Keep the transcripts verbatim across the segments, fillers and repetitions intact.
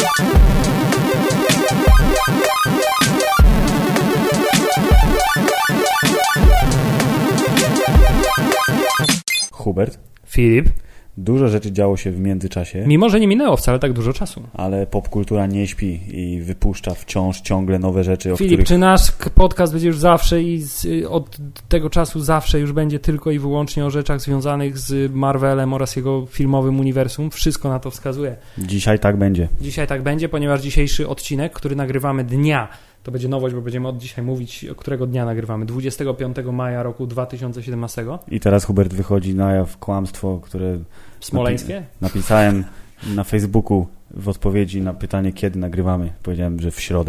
Hubert. Filip. Dużo rzeczy działo się w międzyczasie. Mimo, że nie minęło wcale tak dużo czasu. Ale popkultura nie śpi i wypuszcza wciąż ciągle nowe rzeczy, o Filip, których... czy nasz podcast będzie już zawsze i z, od tego czasu zawsze już będzie tylko i wyłącznie o rzeczach związanych z Marvelem oraz jego filmowym uniwersum? Wszystko na to wskazuje. Dzisiaj tak będzie. Dzisiaj tak będzie, ponieważ dzisiejszy odcinek, który nagrywamy dnia, to będzie nowość, bo będziemy od dzisiaj mówić, o którego dnia nagrywamy. dwudziestego piątego maja roku dwa tysiące siedemnastego. I teraz, Hubert, wychodzi na jaw kłamstwo, które... Smoleńskie? Napi- napisałem na Facebooku w odpowiedzi na pytanie, kiedy nagrywamy. Powiedziałem, że w środę.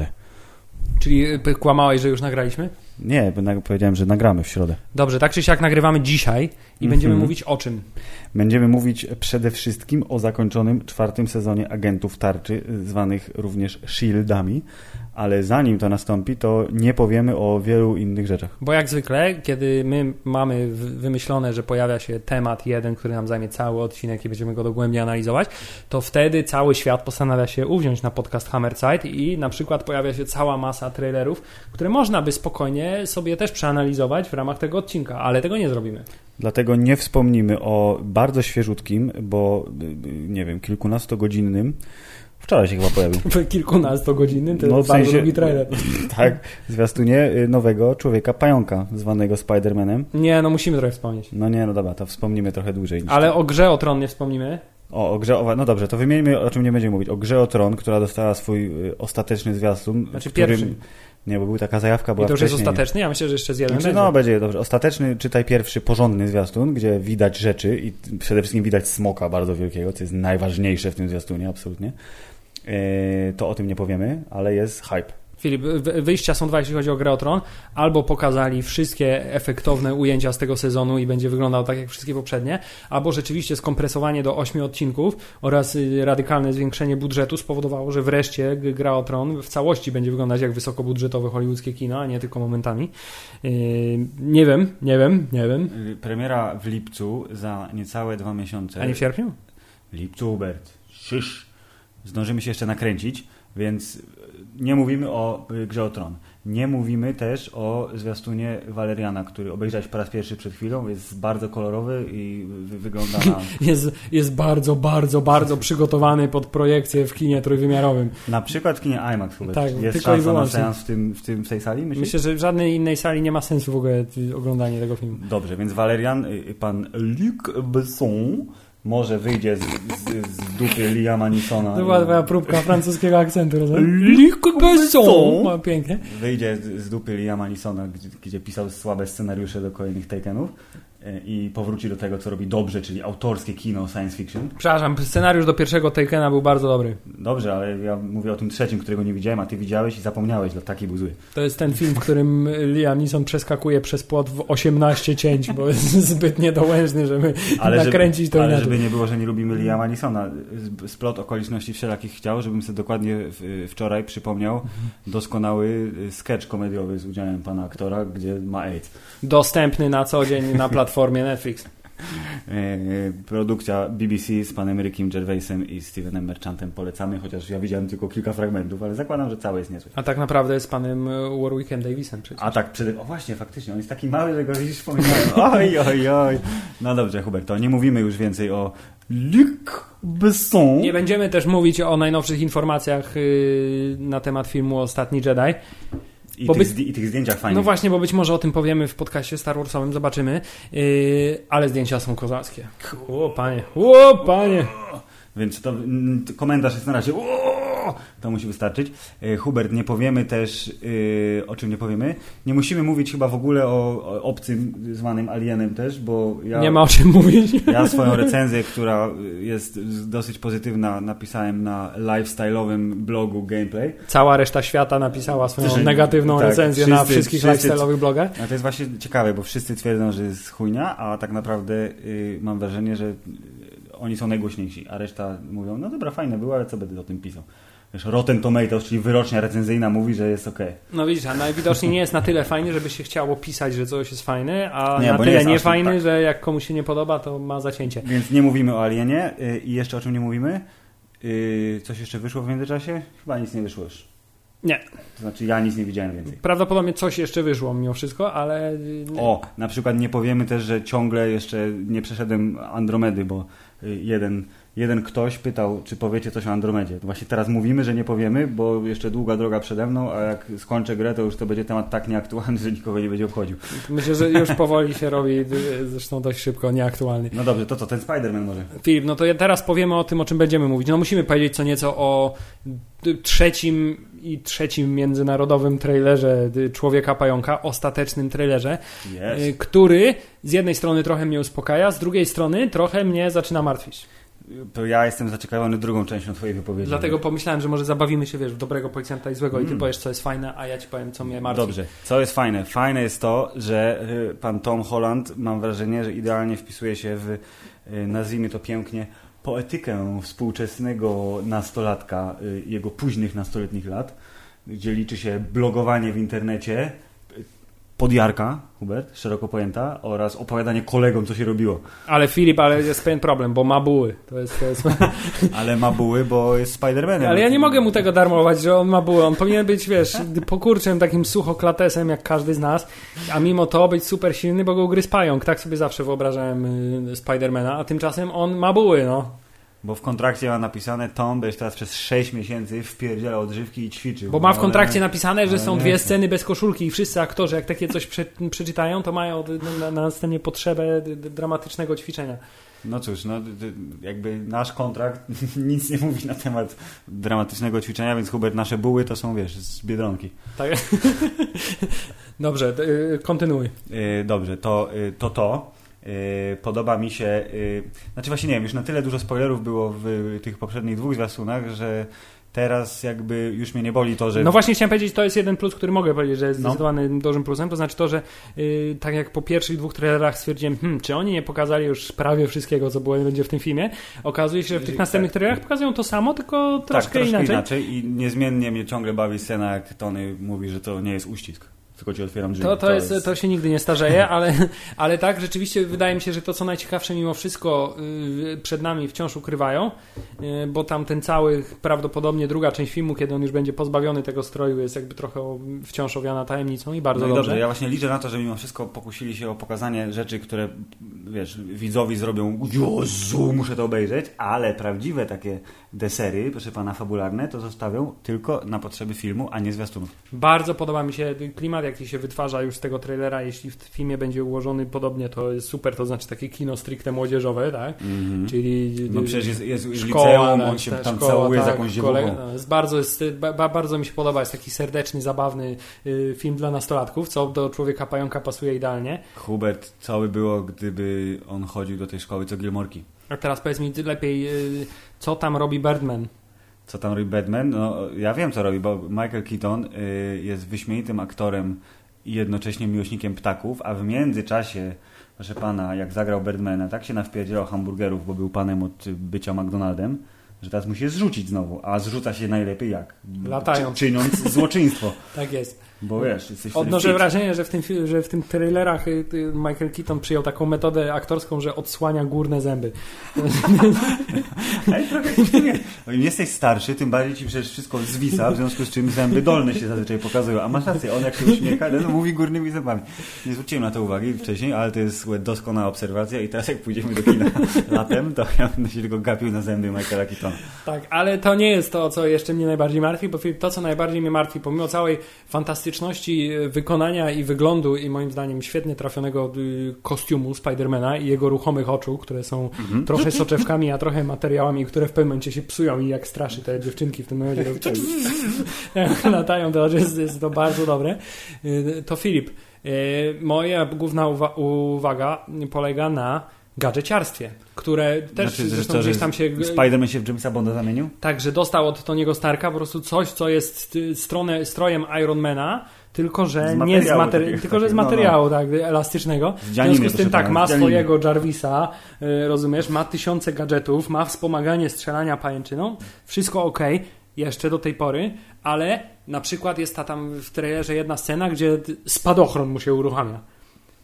Czyli kłamałeś, że już nagraliśmy? Nie, bo powiedziałem, że nagramy w środę. Dobrze, tak czy siak nagrywamy dzisiaj i mm-hmm. będziemy mówić o czym? Będziemy mówić przede wszystkim o zakończonym czwartym sezonie Agentów Tarczy, zwanych również Shieldami, ale zanim to nastąpi, to nie powiemy o wielu innych rzeczach. Bo jak zwykle, kiedy my mamy wymyślone, że pojawia się temat jeden, który nam zajmie cały odcinek i będziemy go dogłębnie analizować, to wtedy cały świat postanawia się uwziąć na podcast Hammerside i na przykład pojawia się cała masa trailerów, które można by spokojnie sobie też przeanalizować w ramach tego odcinka, ale tego nie zrobimy. Dlatego nie wspomnimy o bardzo świeżutkim, bo nie wiem, kilkunastogodzinnym. Wczoraj się chyba pojawił. Kilkunastogodzinnym? To no, jest w sensie, bardzo długi trailer. Tak, zwiastunie nowego Człowieka Pająka, zwanego Spider-Manem. Nie, no musimy trochę wspomnieć. No nie, no dobra, to wspomnimy trochę dłużej. Niż Ale to. O grze o Tron nie wspomnimy. O, o grze, o, no dobrze, to wymieńmy, o czym nie będziemy mówić. O grze o Tron, która dostała swój y, ostateczny zwiastun. Znaczy którym, pierwszy. Nie, bo była taka zajawka, była I to już wcześniej. jest ostateczny? Ja myślę, że jeszcze z jeden znaczy, No będzie, dobrze. Ostateczny, czytaj pierwszy, porządny zwiastun, gdzie widać rzeczy i przede wszystkim widać smoka bardzo wielkiego, co jest najważniejsze w tym zwiastunie, absolutnie. Yy, to o tym nie powiemy, ale jest hype. Filip, wyjścia są dwa, jeśli chodzi o grę o Tron. Albo pokazali wszystkie efektowne ujęcia z tego sezonu i będzie wyglądał tak jak wszystkie poprzednie, albo rzeczywiście skompresowanie do ośmiu odcinków oraz radykalne zwiększenie budżetu spowodowało, że wreszcie gra o Tron w całości będzie wyglądać jak wysokobudżetowe hollywoodzkie kino, a nie tylko momentami. Yy, nie wiem, nie wiem, nie wiem. Premiera w lipcu za niecałe dwa miesiące. A nie w sierpniu? W lipcu, Hubert. Szysz. Zdążymy się jeszcze nakręcić, więc nie mówimy o grze o Tron. Nie mówimy też o zwiastunie Valeriana, który obejrzałeś po raz pierwszy przed chwilą. Jest bardzo kolorowy i wygląda na... jest, jest bardzo, bardzo, bardzo przygotowany pod projekcję w kinie trójwymiarowym. Na przykład w kinie IMAX. Tak, jest tylko szansa na seans w, tym, w, tym, w tej sali? Myślisz? Myślę, że w żadnej innej sali nie ma sensu w ogóle oglądanie tego filmu. Dobrze, więc Valerian, pan Luc Besson może wyjdzie z, z, z dupy Liama Neesona. To była twoja próbka francuskiego akcentu, rozumiem? Luc Besson! Pięknie. Wyjdzie z, z dupy Liama Neesona, gdzie, gdzie pisał słabe scenariusze do kolejnych Takenów i powróci do tego, co robi dobrze, czyli autorskie kino science fiction. Przepraszam, scenariusz do pierwszego Takena był bardzo dobry. Dobrze, ale ja mówię o tym trzecim, którego nie widziałem, a ty widziałeś i zapomniałeś, dla taki był zły. To jest ten film, w którym Liam Neeson przeskakuje przez płot w osiemnaście cięć, bo jest zbyt niedołężny, żeby ale nakręcić żeby, to ale inaczej. żeby nie było, że nie lubimy Liama Neesona. Splot okoliczności wszelakich chciał, żebym sobie dokładnie wczoraj przypomniał doskonały sketch komediowy z udziałem pana aktora, gdzie ma AIDS. Dostępny na co dzień na platformie Netflix. Produkcja B B C z panem Rickiem Gervaisem i Stevenem Merchantem polecamy, chociaż ja widziałem tylko kilka fragmentów, ale zakładam, że całe jest niezłe. A tak naprawdę z panem Warwickiem Davisem przecież. A tak, przede... o właśnie, faktycznie, on jest taki mały, że go widzisz, wspominałem. Oj, oj, oj. No dobrze, Hubert, to nie mówimy już więcej o Luc Besson. Nie będziemy też mówić o najnowszych informacjach yy, na temat filmu Ostatni Jedi. I tych, by... I tych zdjęciach fajnych. No właśnie, bo być może o tym powiemy w podcaście Star Warsowym, zobaczymy. Yy, ale zdjęcia są kozackie. O panie, o panie. Więc to, to komentarz jest na razie o, to musi wystarczyć. Yy, Hubert, nie powiemy też, yy, o czym nie powiemy. Nie musimy mówić chyba w ogóle o, o obcym zwanym alienem też, bo ja... Nie ma o czym mówić. Ja swoją recenzję, która jest dosyć pozytywna, napisałem na lifestyle'owym blogu Gameplay. Cała reszta świata napisała swoją Wszyscy, negatywną tak, recenzję wszyscy, na wszystkich wszyscy, lifestyle'owych blogach. A to jest właśnie ciekawe, bo wszyscy twierdzą, że jest chujnia, a tak naprawdę yy, mam wrażenie, że oni są najgłośniejsi, a reszta mówią, no dobra, fajne było, ale co będę o tym pisał? Wiesz, Rotten Tomatoes, czyli wyrocznia recenzyjna, mówi, że jest okej. Okay. No widzisz, a najwidoczniej nie jest na tyle fajny, żeby się chciało pisać, że coś jest fajne, a nie, na tyle nie niefajny, tak. że jak komuś się nie podoba, to ma zacięcie. Więc nie mówimy o Alienie i jeszcze o czym nie mówimy? Yy, coś jeszcze wyszło w międzyczasie? Chyba nic nie wyszło już. Nie. To znaczy ja nic nie widziałem więcej. Prawdopodobnie coś jeszcze wyszło mimo wszystko, ale... Nie. O, na przykład nie powiemy też, że ciągle jeszcze nie przeszedłem Andromedy, bo jeden, jeden ktoś pytał, czy powiecie coś o Andromedzie. Właśnie teraz mówimy, że nie powiemy, bo jeszcze długa droga przede mną, a jak skończę grę, to już to będzie temat tak nieaktualny, że nikogo nie będzie obchodził. Myślę, że już powoli się robi, zresztą dość szybko, nieaktualny. No dobrze, to co, ten Spider-Man może? Filip, no to ja teraz powiemy o tym, o czym będziemy mówić. No musimy powiedzieć co nieco o trzecim i trzecim międzynarodowym trailerze Człowieka Pająka, ostatecznym trailerze, Yes. który z jednej strony trochę mnie uspokaja, z drugiej strony trochę mnie zaczyna martwić. To ja jestem zaciekawiony drugą częścią twojej wypowiedzi. Dlatego pomyślałem, że może zabawimy się, wiesz, w dobrego policjanta i złego mm. i ty powiesz, co jest fajne, a ja ci powiem, co mnie martwi. Dobrze. Co jest fajne? Fajne jest to, że pan Tom Holland, mam wrażenie, że idealnie wpisuje się w, nazwijmy to pięknie, poetykę współczesnego nastolatka, jego późnych nastoletnich lat, gdzie liczy się blogowanie w internecie, podjarka, Hubert, szeroko pojęta, oraz opowiadanie kolegom, co się robiło. Ale Filip, ale jest pewien problem, bo ma buły. To jest, to jest... Ale ma buły, bo jest Spider-Manem. Ale ja nie mogę mu tego darmować, że on ma buły. On powinien być, wiesz, pokurczym takim suchoklatesem, jak każdy z nas, a mimo to być super silny, bo go ugryzł pająk. Tak sobie zawsze wyobrażałem Spidermana, a tymczasem on ma buły, no. Bo w kontrakcie ma napisane, Tom będziesz teraz przez sześć miesięcy wpierdzielał odżywki i ćwiczył. Bo ma w kontrakcie ale, napisane, że są nie, dwie nie. sceny bez koszulki i wszyscy aktorzy, jak takie coś prze, przeczytają, to mają na, na scenie potrzebę dramatycznego ćwiczenia. No cóż, no, jakby nasz kontrakt nic nie mówi na temat dramatycznego ćwiczenia, więc Hubert, nasze buły to są, wiesz, z Biedronki. Tak. Dobrze, kontynuuj. Dobrze, to to. to. Podoba mi się, znaczy właśnie nie wiem, już na tyle dużo spoilerów było w tych poprzednich dwóch zwiastunach, że teraz jakby już mnie nie boli to, że... No właśnie chciałem powiedzieć, to jest jeden plus, który mogę powiedzieć, że jest no. zdecydowanym dużym plusem, to znaczy to, że yy, tak jak po pierwszych dwóch trailerach stwierdziłem, hmm, czy oni nie pokazali już prawie wszystkiego, co było będzie w tym filmie, okazuje się, że w tych następnych trailerach pokazują to samo, tylko troszkę, tak, troszkę inaczej. inaczej i niezmiennie mnie ciągle bawi scena, jak Tony mówi, że to nie jest uścisk. Tylko ci otwieram drzwi. To, to, to, jest, jest... to się nigdy nie starzeje, ale, ale tak, rzeczywiście wydaje mi się, że to co najciekawsze mimo wszystko yy, przed nami wciąż ukrywają, yy, bo tam ten cały, prawdopodobnie druga część filmu, kiedy on już będzie pozbawiony tego stroju, jest jakby trochę o, wciąż owiana tajemnicą i bardzo no dobrze. dobrze. Ja właśnie liczę na to, że mimo wszystko pokusili się o pokazanie rzeczy, które wiesz, widzowi zrobią Jezu, muszę to obejrzeć, ale prawdziwe takie desery, proszę pana, fabularne, to zostawią tylko na potrzeby filmu, a nie zwiastunów. Bardzo podoba mi się klimat, jaki się wytwarza już z tego trailera. Jeśli w filmie będzie ułożony podobnie, to jest super, to znaczy takie kino stricte młodzieżowe, tak? Mm-hmm. Czyli no przecież jest, jest szkoła, liceum, tak, on się ta, tam szkoła, całuje tak, z jakąś dziewuchą. No, jest bardzo, jest, ba, bardzo mi się podoba, jest taki serdeczny, zabawny y, film dla nastolatków, co do Człowieka Pająka pasuje idealnie. Hubert, co by było, gdyby on chodził do tej szkoły co Gilmorki? A teraz powiedz mi lepiej, y, co tam robi Birdman? Co tam robi Batman? No, ja wiem, co robi, bo Michael Keaton y, jest wyśmienitym aktorem i jednocześnie miłośnikiem ptaków, a w międzyczasie, proszę pana, jak zagrał Birdmana, tak się nawpierdzielał hamburgerów, bo był panem od bycia McDonaldem, że teraz musi je zrzucić znowu, a zrzuca się najlepiej jak? Latając. Czy, czyniąc złoczyństwo. Tak jest. Bo wiesz, jesteś Odnoszę wrażenie, że w tym, że w tym trailerach Michael Keaton przyjął taką metodę aktorską, że odsłania górne zęby. Ale trochę im jesteś starszy, tym bardziej ci przecież wszystko zwisa, w związku z czym zęby dolne się zazwyczaj pokazują. A masz rację, on jak się uśmiecha, no mówi górnymi zębami. Nie zwróciłem na to uwagi wcześniej, ale to jest doskonała obserwacja i teraz jak pójdziemy do kina latem, to ja będę się tylko gapił na zęby Michaela Keatona. Tak, ale to nie jest to, co jeszcze mnie najbardziej martwi, bo to, co najbardziej mnie martwi, pomimo całej fantastyczności wykonania i wyglądu i moim zdaniem świetnie trafionego kostiumu Spidermana i jego ruchomych oczu, które są mhm. trochę soczewkami, a trochę materiałami, które w pewnym momencie się psują i jak straszy te dziewczynki w tym momencie latają, to jest, jest to bardzo dobre. To Filip, moja główna uwa- uwaga polega na gadżeciarstwie, które też znaczy, zresztą to, gdzieś tam się... Spider-Man się w Jamesa Bonda zamienił? Tak, że dostał od Tony'ego Starka po prostu coś, co jest stronę, strojem Ironmana, tylko że z nie z, materi- takich, tylko, że z materiału no, no. Tak, elastycznego. W związku z tym tak, ma swojego Jarvisa, y, rozumiesz, ma tysiące gadżetów, ma wspomaganie strzelania pajęczyną, wszystko okej, okay, jeszcze do tej pory, ale na przykład jest ta tam w trailerze jedna scena, gdzie spadochron mu się uruchamia.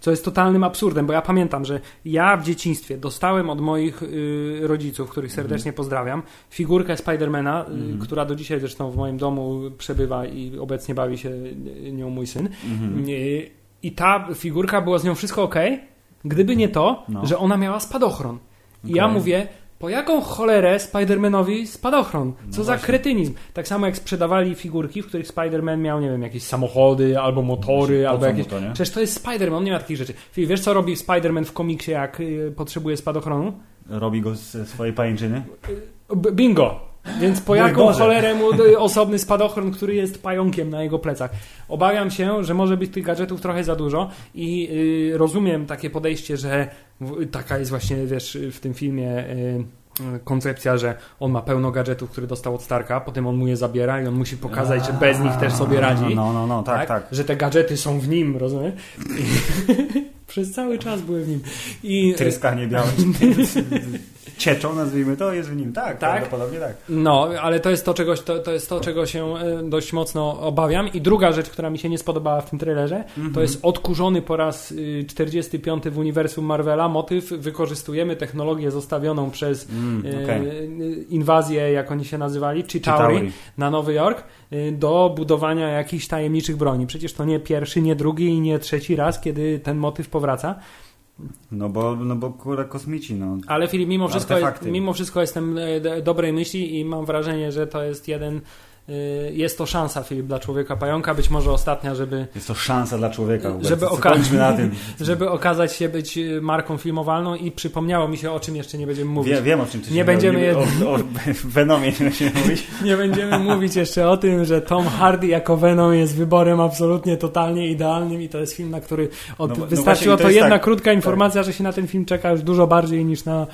co jest totalnym absurdem, bo ja pamiętam, że ja w dzieciństwie dostałem od moich y, rodziców, których serdecznie mm. pozdrawiam, figurkę Spidermana, mm. y, która do dzisiaj zresztą w moim domu przebywa i obecnie bawi się nią mój syn. Mm. Y, I ta figurka, było z nią wszystko okej, gdyby nie to, no. że ona miała spadochron. I okay. ja mówię, po jaką cholerę Spider-Manowi spadochron? Co no za właśnie. Kretynizm. Tak samo jak sprzedawali figurki, w których Spider-Man miał, nie wiem, jakieś samochody, albo motory, no albo jakieś... To, przecież to jest Spider-Man, on nie ma takich rzeczy. Wiesz, co robi Spider-Man w komiksie, jak y, potrzebuje spadochronu? Robi go ze swojej pajęczyny? B- bingo! Więc po jaką cholerę mu osobny spadochron, który jest pająkiem na jego plecach. Obawiam się, że może być tych gadżetów trochę za dużo i y, rozumiem takie podejście, że w, taka jest właśnie, wiesz, w tym filmie y, koncepcja, że on ma pełno gadżetów, które dostał od Starka, potem on mu je zabiera i on musi pokazać, że bez nich też sobie radzi. No, no, no, tak, tak. tak. Że te gadżety są w nim, rozumiesz? Przez cały czas były w nim. I tryskanie białe. Cieczą, nazwijmy to, jest w nim. Tak, tak? Prawdopodobnie tak. No, ale to jest to, czego, to, to jest to, czego się dość mocno obawiam. I druga rzecz, która mi się nie spodobała w tym trailerze, mm-hmm. to jest odkurzony po raz czterdziesty piąty w uniwersum Marvela motyw. Wykorzystujemy technologię zostawioną przez mm, okay. inwazję, jak oni się nazywali, Chitauri na Nowy Jork, do budowania jakichś tajemniczych broni. Przecież to nie pierwszy, nie drugi i nie trzeci raz, kiedy ten motyw powraca. No bo, no bo kurwa kosmici, no. Ale Filip, mimo wszystko, jest, mimo wszystko jestem dobrej myśli i mam wrażenie, że to jest jeden... Jest to szansa, Filip, dla Człowieka Pająka, być może ostatnia, żeby... Jest to szansa dla człowieka, żeby, oka- na tym. żeby okazać się być marką filmowalną i przypomniało mi się, o czym jeszcze nie będziemy mówić. Wie, wiem, o czym ty nie będziemy nie, o, o Venomie nie będziemy mówić. Nie będziemy mówić jeszcze o tym, że Tom Hardy jako Venom jest wyborem absolutnie, totalnie idealnym i to jest film, na który od... no, wystarczyło no to, to jedna tak, krótka informacja, tak. że się na ten film czeka już dużo bardziej niż na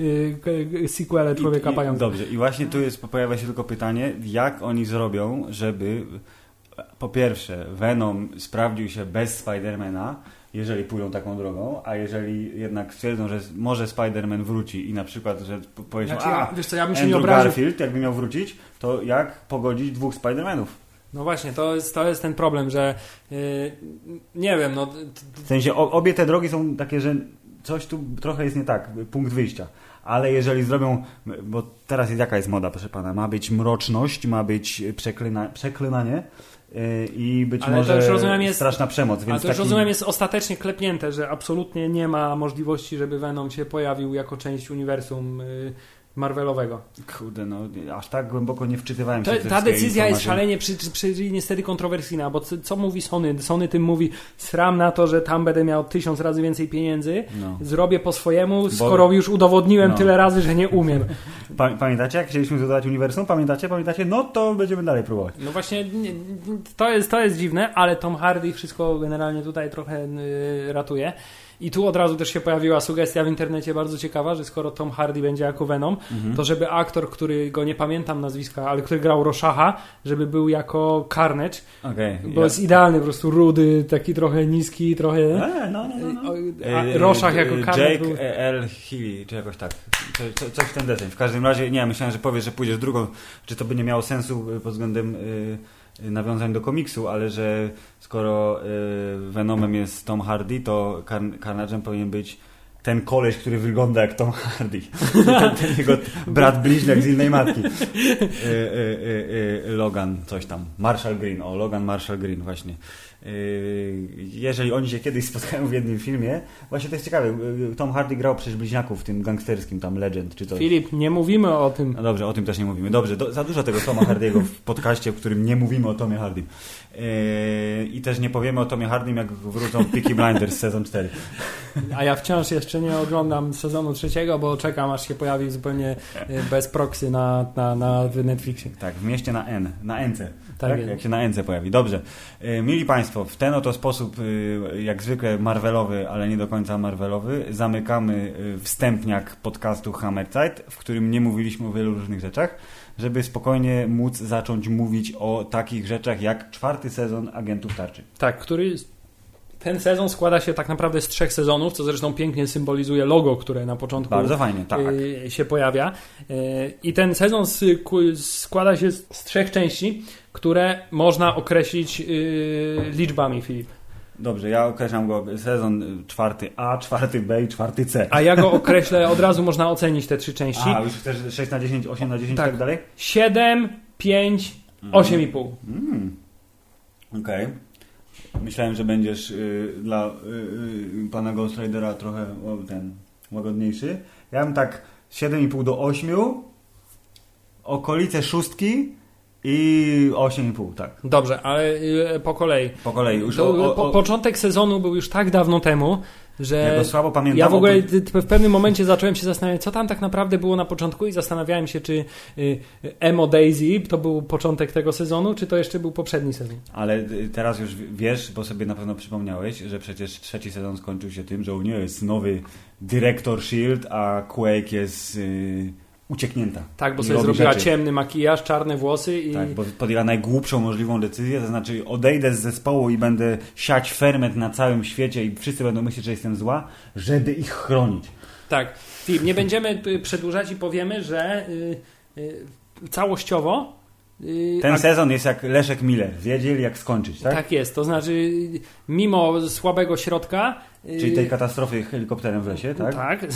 y, sequele Człowieka I, i, Pająka. Dobrze, i właśnie tu jest, pojawia się tylko pytanie, jak oni zrobią, żeby po pierwsze Venom sprawdził się bez Spidermana, jeżeli pójdą taką drogą, a jeżeli jednak stwierdzą, że może Spider-Man wróci i na przykład, że powiedzą, znaczy, ja, a wiesz co, ja bym się Andrew nie obraził. Garfield jakby miał wrócić, to jak pogodzić dwóch Spider-Manów? No właśnie, to jest, to jest ten problem, że yy, nie wiem, no... W sensie o, obie te drogi są takie, że coś tu trochę jest nie tak, punkt wyjścia. Ale jeżeli zrobią, bo teraz jest, jaka jest moda, proszę pana, ma być mroczność, ma być przeklina, przeklinanie yy, i być ale może jest, straszna przemoc. Więc ale to już taki... rozumiem jest ostatecznie klepnięte, że absolutnie nie ma możliwości, żeby Venom się pojawił jako część uniwersum yy, Marvelowego. Kurde, no aż tak głęboko nie wczytywałem się to, w te Ta decyzja informacje. jest szalenie przy, przy, przy, niestety kontrowersyjna, bo co, co mówi Sony? Sony tym mówi, sram na to, że tam będę miał tysiąc razy więcej pieniędzy, no. zrobię po swojemu, bo... skoro już udowodniłem no. tyle razy, że nie umiem. Pamiętacie, jak chcieliśmy dodać uniwersum? Pamiętacie? Pamiętacie? No to będziemy dalej próbować. No właśnie, to jest, to jest dziwne, ale Tom Hardy wszystko generalnie tutaj trochę yy, ratuje. I tu od razu też się pojawiła sugestia w internecie bardzo ciekawa, że skoro Tom Hardy będzie jako Venom, mhm. to żeby aktor, który go nie pamiętam nazwiska, ale który grał Roshaha, żeby był jako Carnage, okay, bo ja. jest idealny, po prostu rudy, taki trochę niski, trochę... E, no, no, no. A Rorschach jako Carnage Jake był... L. Healy, czy jakoś tak. Co, coś w ten deseń. W każdym razie, nie, myślałem, że powiesz, że pójdziesz drugą, czy to by nie miało sensu pod względem... Yy... nawiązań do komiksu, ale że skoro y, Venomem jest Tom Hardy, to Car- Carnage'em powinien być ten koleś, który wygląda jak Tom Hardy. ten, ten jego brat bliźniak z innej matki. Y, y, y, y, Logan, coś tam. Marshall Green. O, Logan Marshall Green, właśnie. Y, jeżeli oni się kiedyś spotkają w jednym filmie, właśnie to jest ciekawe. Tom Hardy grał przecież bliźniaków w tym gangsterskim, tam Legend, czy coś. Filip, nie mówimy o tym. No dobrze, o tym też nie mówimy. Dobrze, do, za dużo tego Toma Hardy'ego w podcaście, w którym nie mówimy o Tomie Hardy. Yy, I też nie powiemy o Tomie Hardym, jak wrócą Peaky Blinders sezon cztery. A ja wciąż jeszcze nie oglądam sezonu trzeciego, bo czekam, aż się pojawi zupełnie bez proxy na, na, na Netflixie. Tak, w mieście na N, na N-ce. Tak, tak? Jak się na N-ce pojawi. Dobrze. Yy, mili Państwo, w ten oto sposób, yy, jak zwykle Marvelowy, ale nie do końca Marvelowy, zamykamy yy, wstępniak podcastu Hammerzeit, w którym nie mówiliśmy o wielu różnych rzeczach, żeby spokojnie móc zacząć mówić o takich rzeczach jak czwarty sezon Agentów Tarczy. Tak, który ten sezon składa się tak naprawdę z trzech sezonów, co zresztą pięknie symbolizuje logo, które na początku Bardzo fajnie, tak. się pojawia. I ten sezon składa się z trzech części, które można określić liczbami, Filip. Dobrze, ja określam go sezon czwarty A, czwarty B i czwarty C. A ja go określę, od razu można ocenić te trzy części. A, już chcesz sześć na dziesięć, osiem na dziesięć i tak. tak dalej? siedem, pięć, osiem i pół. Mm. Okej. Okay. Myślałem, że będziesz y, dla y, y, pana Ghost Ridera trochę o, ten łagodniejszy. Ja bym tak siedem i pół do ośmiu, okolice szóstki i osiem i pół, tak. Dobrze, ale y, po kolei. Po kolei. Już to, o, o, po, początek sezonu był już tak dawno temu, że ja go słabo pamiętam. ja w ogóle w pewnym momencie zacząłem się zastanawiać, co tam tak naprawdę było na początku i zastanawiałem się, czy y, Emo Daisy to był początek tego sezonu, czy to jeszcze był poprzedni sezon. Ale teraz już wiesz, bo sobie na pewno przypomniałeś, że przecież trzeci sezon skończył się tym, że u niej jest nowy dyrektor Shield, a Quake jest y, ucieknięta. Tak, bo sobie zrobiła rzeczy. ciemny makijaż, czarne włosy i... Tak, bo podjęła najgłupszą możliwą decyzję, to znaczy odejdę z zespołu i będę siać ferment na całym świecie i wszyscy będą myśleć, że jestem zła, żeby ich chronić. Tak. Filip, nie będziemy przedłużać i powiemy, że y, y, całościowo y, ten a... sezon jest jak Leszek Miller. Wiedzieli jak skończyć, tak? Tak jest, to znaczy mimo słabego środka... Czyli tej katastrofy helikopterem w lesie, tak? Tak.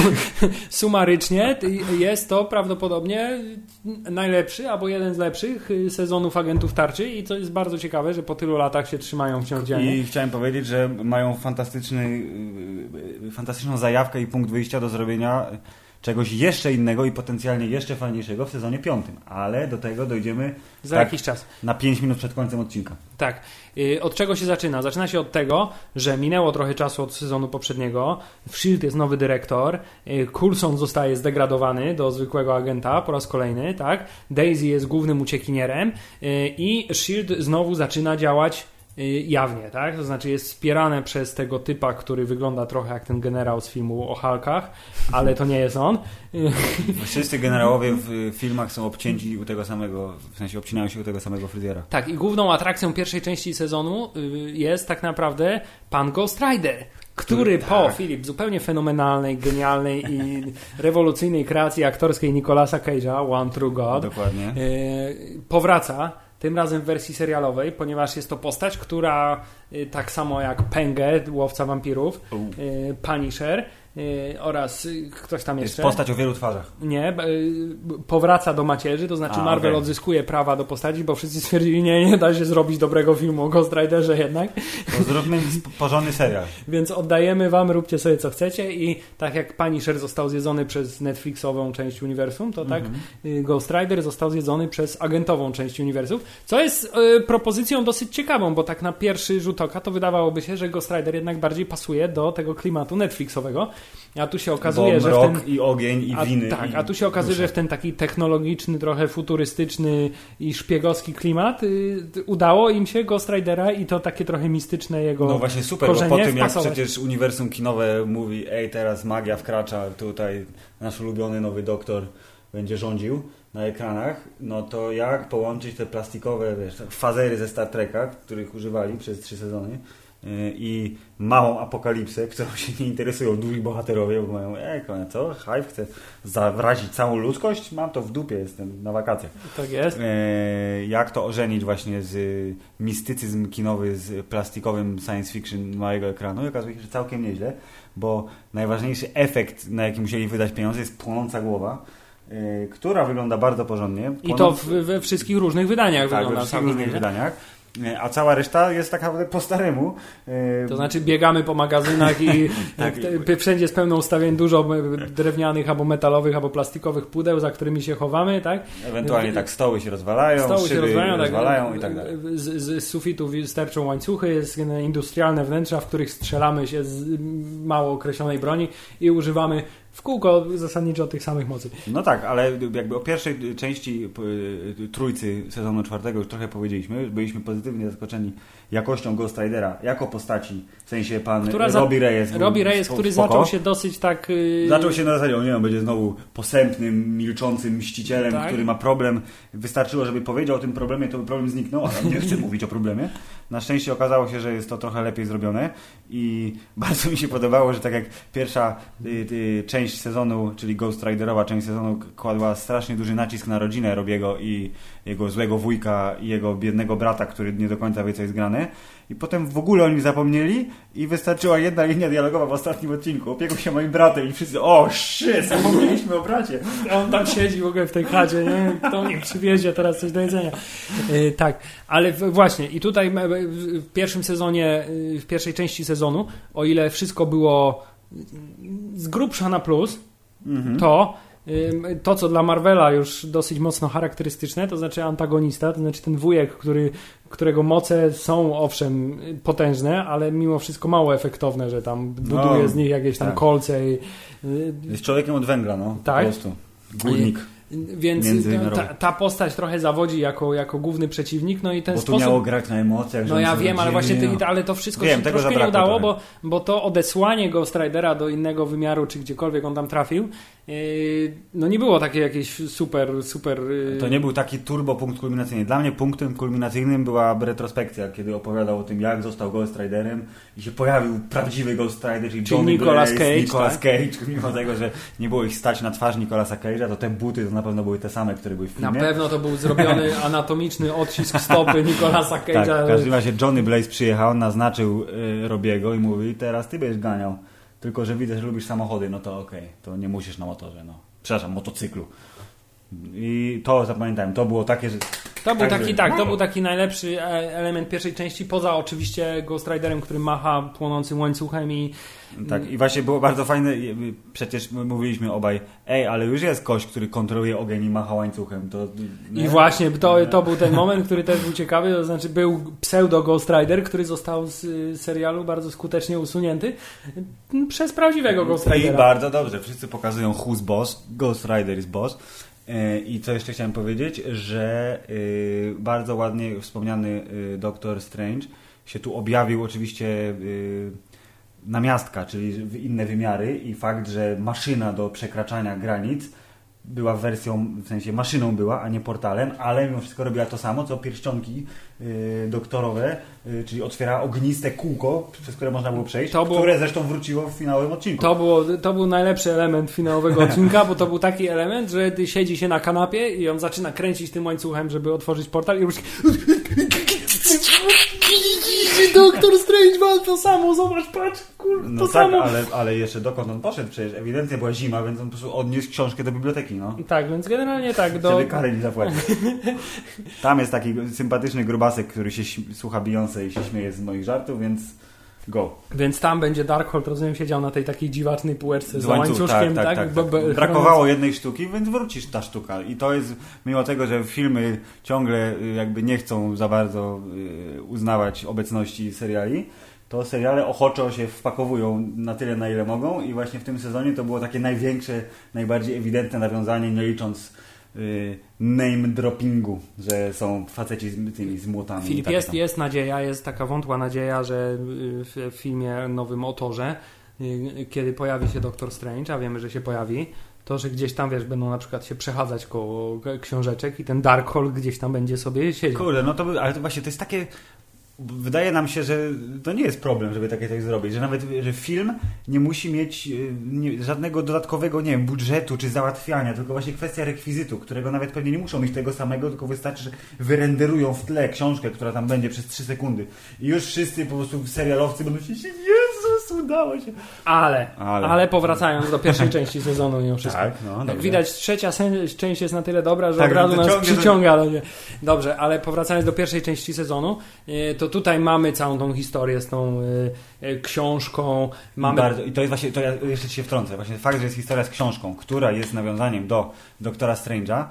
Sumarycznie jest to prawdopodobnie najlepszy albo jeden z lepszych sezonów Agentów Tarczy i to jest bardzo ciekawe, że po tylu latach się trzymają wciąż dzielnie. I chciałem powiedzieć, że mają fantastyczny, fantastyczną zajawkę i punkt wyjścia do zrobienia czegoś jeszcze innego i potencjalnie jeszcze fajniejszego w sezonie piątym, ale do tego dojdziemy za tak, jakiś czas. Na pięć minut przed końcem odcinka. Tak. Od czego się zaczyna? Zaczyna się od tego, że minęło trochę czasu od sezonu poprzedniego. W Shield jest nowy dyrektor. Coulson zostaje zdegradowany do zwykłego agenta po raz kolejny, tak? Daisy jest głównym uciekinierem i Shield znowu zaczyna działać jawnie, tak? To znaczy jest wspierane przez tego typa, który wygląda trochę jak ten generał z filmu o Hulkach, ale to nie jest on. Wszyscy generałowie w filmach są obcięci u tego samego, w sensie obcinają się u tego samego fryzjera. Tak, i główną atrakcją pierwszej części sezonu jest tak naprawdę pan Ghost Rider, który po, tak. Filip, zupełnie fenomenalnej, genialnej i rewolucyjnej kreacji aktorskiej Nicolasa Cage'a, One True God, dokładnie, powraca. Tym razem w wersji serialowej, ponieważ jest to postać, która tak samo jak Pengę, łowca wampirów, uh. Punisher oraz ktoś tam jeszcze. Jest postać o wielu twarzach. Nie, powraca do macierzy, to znaczy A, Marvel okay. odzyskuje prawa do postaci, bo wszyscy stwierdzili, nie, nie da się zrobić dobrego filmu o Ghost Riderze jednak. To zróbmy porządny serial. Więc oddajemy wam, róbcie sobie co chcecie i tak jak Punisher został zjedzony przez Netflixową część uniwersum, to tak mm-hmm. Ghost Rider został zjedzony przez agentową część uniwersów, co jest y, propozycją dosyć ciekawą, bo tak na pierwszy rzut oka to wydawałoby się, że Ghost Rider jednak bardziej pasuje do tego klimatu Netflixowego. A tu się okazuje, Bo że mrok w ten... i ogień i a, winy. Tak, i a tu się okazuje, dusze. że w ten taki technologiczny, trochę futurystyczny i szpiegowski klimat y, udało im się Ghost Ridera i to takie trochę mistyczne jego No właśnie super, bo po tym jak przecież uniwersum kinowe mówi, ej teraz magia wkracza, tutaj nasz ulubiony nowy doktor będzie rządził na ekranach, no to jak połączyć te plastikowe, wiesz, fazery ze Star Treka, których używali przez trzy sezony i małą apokalipsę, którą się nie interesują duzi bohaterowie, bo mają, ej, co, Hive chce zawrazić całą ludzkość? Mam to w dupie, jestem na wakacjach. Tak jest. E, jak to ożenić właśnie z mistycyzm kinowy z plastikowym science fiction małego ekranu? I okazuje się, że całkiem nieźle, bo najważniejszy efekt, na jaki musieli wydać pieniądze, jest płonąca głowa, e, która wygląda bardzo porządnie. Płonąc... I to w, we wszystkich różnych wydaniach tak, wygląda. we wszystkich różnych wydaniach. A cała reszta jest tak naprawdę po staremu. To znaczy biegamy po magazynach i tak, wszędzie jest pełno ustawień, dużo drewnianych, albo metalowych, albo plastikowych pudeł, za którymi się chowamy, tak? Ewentualnie tak stoły się rozwalają, stoły szyby się rozwalają, rozwalają tak, i tak dalej. Z, z sufitów sterczą łańcuchy, jest industrialne wnętrza, w których strzelamy się z mało określonej broni i używamy w kółko zasadniczo tych samych mocy. No tak, ale jakby o pierwszej części trójcy sezonu czwartego już trochę powiedzieliśmy. Byliśmy pozytywnie zaskoczeni jakością Ghost Ridera jako postaci, w sensie pan Robbie Reyes. Robbie Reyes, który spoko. zaczął się dosyć tak... Yy... Zaczął się na zasadzie, on nie on będzie znowu posępnym, milczącym mścicielem, tak? który ma problem. Wystarczyło, żeby powiedział o tym problemie, to by problem zniknął, a on nie chce mówić o problemie. Na szczęście okazało się, że jest to trochę lepiej zrobione i bardzo mi się podobało, że tak jak pierwsza y, y, część część sezonu, czyli Ghost Riderowa część sezonu kładła strasznie duży nacisk na rodzinę Robiego i jego złego wujka i jego biednego brata, który nie do końca wie, co jest grane. I potem w ogóle o nim zapomnieli i wystarczyła jedna linia dialogowa w ostatnim odcinku. Opiekł się moim bratem i wszyscy, o shit, zapomnieliśmy o bracie. A on tam siedzi w ogóle w tej chacie, nie? Kto mnie przywiezie teraz coś do jedzenia. Yy, tak, ale w, właśnie i tutaj w pierwszym sezonie, w pierwszej części sezonu, o ile wszystko było z grubsza na plus, mhm. to to, co dla Marvela już dosyć mocno charakterystyczne, to znaczy antagonista, to znaczy ten wujek, który, którego moce są owszem potężne, ale mimo wszystko mało efektowne, że tam buduje no, z nich jakieś tam tak. kolce. I, jest człowiekiem od węgla, no. Tak? Po prostu. Górnik. Więc ta, ta postać trochę zawodzi jako, jako główny przeciwnik, no i ten bo tu sposób... miało grać na emocjach. No ja wiem, ale właśnie ty, ale to wszystko wiem, się troszkę nie udało, bo, bo to odesłanie Ghost Ridera do innego wymiaru, czy gdziekolwiek on tam trafił, yy, no nie było takie jakieś super, super... Yy... To nie był taki turbo punkt kulminacyjny. Dla mnie punktem kulminacyjnym była retrospekcja, kiedy opowiadał o tym, jak został Ghost Riderem i się pojawił prawdziwy Ghost Rider, czyli, czyli Johnny Nicolas Blaze, Cage, Nicolas tak? Cage, mimo tego, że nie było ich stać na twarz Nicolasa Cage'a, to te buty to na pewno były te same, które były w filmie. Na pewno to był zrobiony anatomiczny odcisk stopy Nicolasa Cage'a. Tak, w każdym razie Johnny Blaze przyjechał, naznaczył y, Robiego i mówi, teraz ty będziesz ganiał. Tylko, że widzę, że lubisz samochody, no to okej, okay, to nie musisz na motorze, no. Przepraszam, motocyklu. I to zapamiętałem, to było takie, że... To był taki, tak, to był taki najlepszy element pierwszej części, poza oczywiście Ghost Riderem, który macha płonącym łańcuchem i... Tak, i właśnie było bardzo fajne, przecież mówiliśmy obaj, ej, ale już jest kość, który kontroluje ogień i macha łańcuchem. To, I właśnie, to, to był ten moment, który też był ciekawy, to znaczy był pseudo Ghost Rider, który został z serialu bardzo skutecznie usunięty przez prawdziwego Ghost Ridera. I bardzo dobrze, wszyscy pokazują who's boss, Ghost Rider is boss. I co jeszcze chciałem powiedzieć, że yy, bardzo ładnie wspomniany yy, Doctor Strange się tu objawił oczywiście yy, namiastka, czyli w inne wymiary i fakt, że maszyna do przekraczania granic była wersją, w sensie maszyną była, a nie portalem, ale mimo wszystko robiła to samo, co pierścionki yy, doktorowe, yy, czyli otwiera ogniste kółko, przez które można było przejść, to które było, zresztą wróciło w finałowym odcinku. To, było, to był najlepszy element finałowego odcinka, bo to był taki element, że siedzi się na kanapie i on zaczyna kręcić tym łańcuchem, żeby otworzyć portal i już... Doktor Strange ma to samo, zobacz, patrz, kurwa, no to tak, samo. Ale, ale jeszcze dokąd on poszedł, przecież ewidentnie była zima, więc on po prostu odniósł książkę do biblioteki, no. Tak, więc generalnie tak. Do... Żeby karę nie zapłacił. Tam jest taki sympatyczny grubasek, który się słucha Beyoncé i się śmieje z moich żartów, więc go. Więc tam będzie Darkhold, rozumiem, siedział na tej takiej dziwacznej półeczce z, z łańcuszkiem, łańcuszkiem, tak? tak, tak, tak, tak. Brakowało jednej sztuki, więc wrócisz ta sztuka. I to jest, mimo tego, że filmy ciągle jakby nie chcą za bardzo uznawać obecności seriali, to seriale ochoczo się wpakowują na tyle, na ile mogą i właśnie w tym sezonie to było takie największe, najbardziej ewidentne nawiązanie, nie licząc y, name droppingu, że są faceci z tymi z młotami. Filip, tak jest, jest nadzieja, jest taka wątła nadzieja, że w filmie nowym o Torze, kiedy pojawi się Doktor Strange, a wiemy, że się pojawi, to, że gdzieś tam, wiesz, będą na przykład się przechadzać koło książeczek i ten Darkhold gdzieś tam będzie sobie siedzieć. Kurde, no to by, ale to właśnie to jest takie... Wydaje nam się, że to nie jest problem, żeby takie coś zrobić, że nawet że film nie musi mieć nie, żadnego dodatkowego, nie wiem, budżetu czy załatwiania, tylko właśnie kwestia rekwizytu, którego nawet pewnie nie muszą mieć tego samego, tylko wystarczy, że wyrenderują w tle książkę, która tam będzie przez trzy sekundy i już wszyscy po prostu serialowcy będą się Jezus, udało się. Ale, ale, ale powracając do pierwszej części sezonu mimo wszystko. Tak, no, Jak widać, trzecia część jest na tyle dobra, że tak, od razu nas ciągnie, przyciąga. To... Dobrze, ale powracając do pierwszej części sezonu, to tutaj mamy całą tą historię z tą y, y, książką. Mamy... Bardzo, i to jest właśnie, to ja jeszcze ci się wtrącę, właśnie fakt, że jest historia z książką, która jest nawiązaniem do Doktora Strange'a,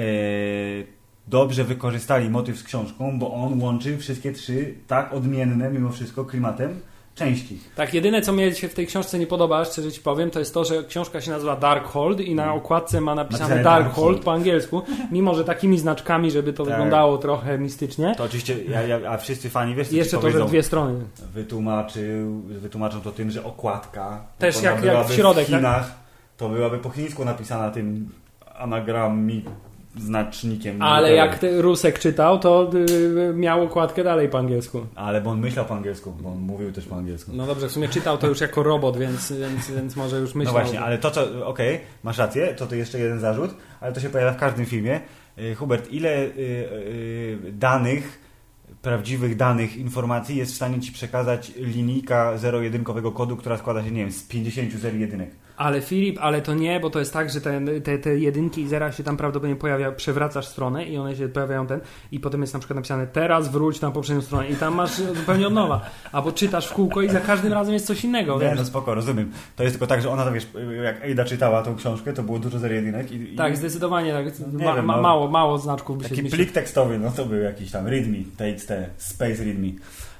y, dobrze wykorzystali motyw z książką, bo on łączy wszystkie trzy tak odmienne mimo wszystko klimatem części. Tak, jedyne co mi się w tej książce nie podoba, szczerze ci powiem, to jest to, że książka się nazywa Darkhold i na okładce ma napisane Darkhold po angielsku, mimo że takimi znaczkami, żeby to tak wyglądało trochę mistycznie. To oczywiście, ja, ja, a wszyscy fani, wiesz co jeszcze to, że dwie strony. Wytłumaczył, wytłumaczą to tym, że okładka też jak, jak w środek, w Chinach, tak? To byłaby po chińsku napisana tym anagrami, znacznikiem. Ale jak Rusek czytał, to y, miał okładkę dalej po angielsku. Ale bo on myślał po angielsku, bo on mówił też po angielsku. No dobrze, w sumie czytał to już jako robot, więc, więc, więc może już myślał. No właśnie, ale to co, okej, okay, masz rację, to to jeszcze jeden zarzut, ale to się pojawia w każdym filmie. Hubert, ile y, y, danych, prawdziwych danych, informacji jest w stanie Ci przekazać linijka zero-jedynkowego kodu, która składa się, nie wiem, z pięćdziesięciu zer jedynek? Ale Filip, ale to nie, bo to jest tak, że te, te, te jedynki i zera się tam prawdopodobnie pojawia, przewracasz stronę i one się pojawiają ten i potem jest na przykład napisane teraz wróć na poprzednią stronę i tam masz zupełnie od nowa. Albo czytasz w kółko i za każdym razem jest coś innego. Nie, wiesz? No spoko, rozumiem. To jest tylko tak, że ona, to wiesz, jak Ada czytała tą książkę, to było dużo zer jedynek. I, tak, i... zdecydowanie tak. Nie ma, wiem, ma, no, mało, mało znaczków by się taki zmieścił. plik tekstowy, no to był jakiś tam readme, txt, space readme.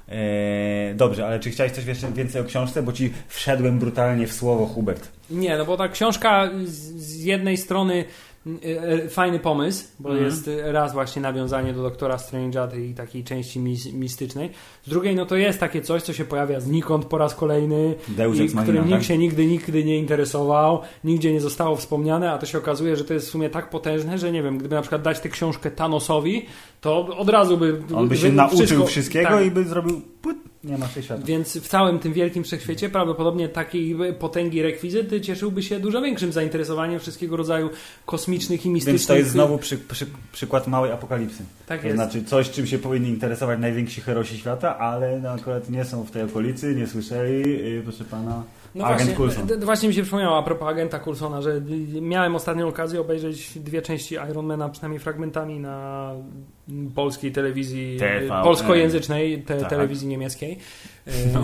Eee, dobrze, ale czy chciałeś coś jeszcze więcej o książce? Bo Ci wszedłem brutalnie w słowo, Hubert. Nie, no bo ta książka z, z jednej strony e, fajny pomysł, bo mm. jest raz właśnie nawiązanie do Doktora Strange'a, tej takiej części mis, mistycznej. Z drugiej, no to jest takie coś, co się pojawia znikąd po raz kolejny, i, którym nikt się nigdy, nigdy nie interesował, nigdzie nie zostało wspomniane, a to się okazuje, że to jest w sumie tak potężne, że nie wiem, gdyby na przykład dać tę książkę Thanosowi, to od razu by... On by by się nauczył wszystko, wszystkiego tak. i by zrobił... Put, nie ma świata. Więc w całym tym wielkim wszechświecie prawdopodobnie takiej potęgi rekwizyty cieszyłby się dużo większym zainteresowaniem wszystkiego rodzaju kosmicznych i mistycznych... Więc to jest znowu przy, przy, przykład małej apokalipsy. Tak to jest. znaczy coś, czym się powinni interesować najwięksi herosi świata, ale no akurat nie są w tej okolicy, nie słyszeli, yy, proszę pana... No Agent właśnie, Coulson. d- właśnie mi się przypomniało a propos agenta Coulsona, że miałem ostatnią okazję obejrzeć dwie części Ironmana, przynajmniej fragmentami na polskiej telewizji, T V N. polskojęzycznej te, tak. telewizji niemieckiej, no.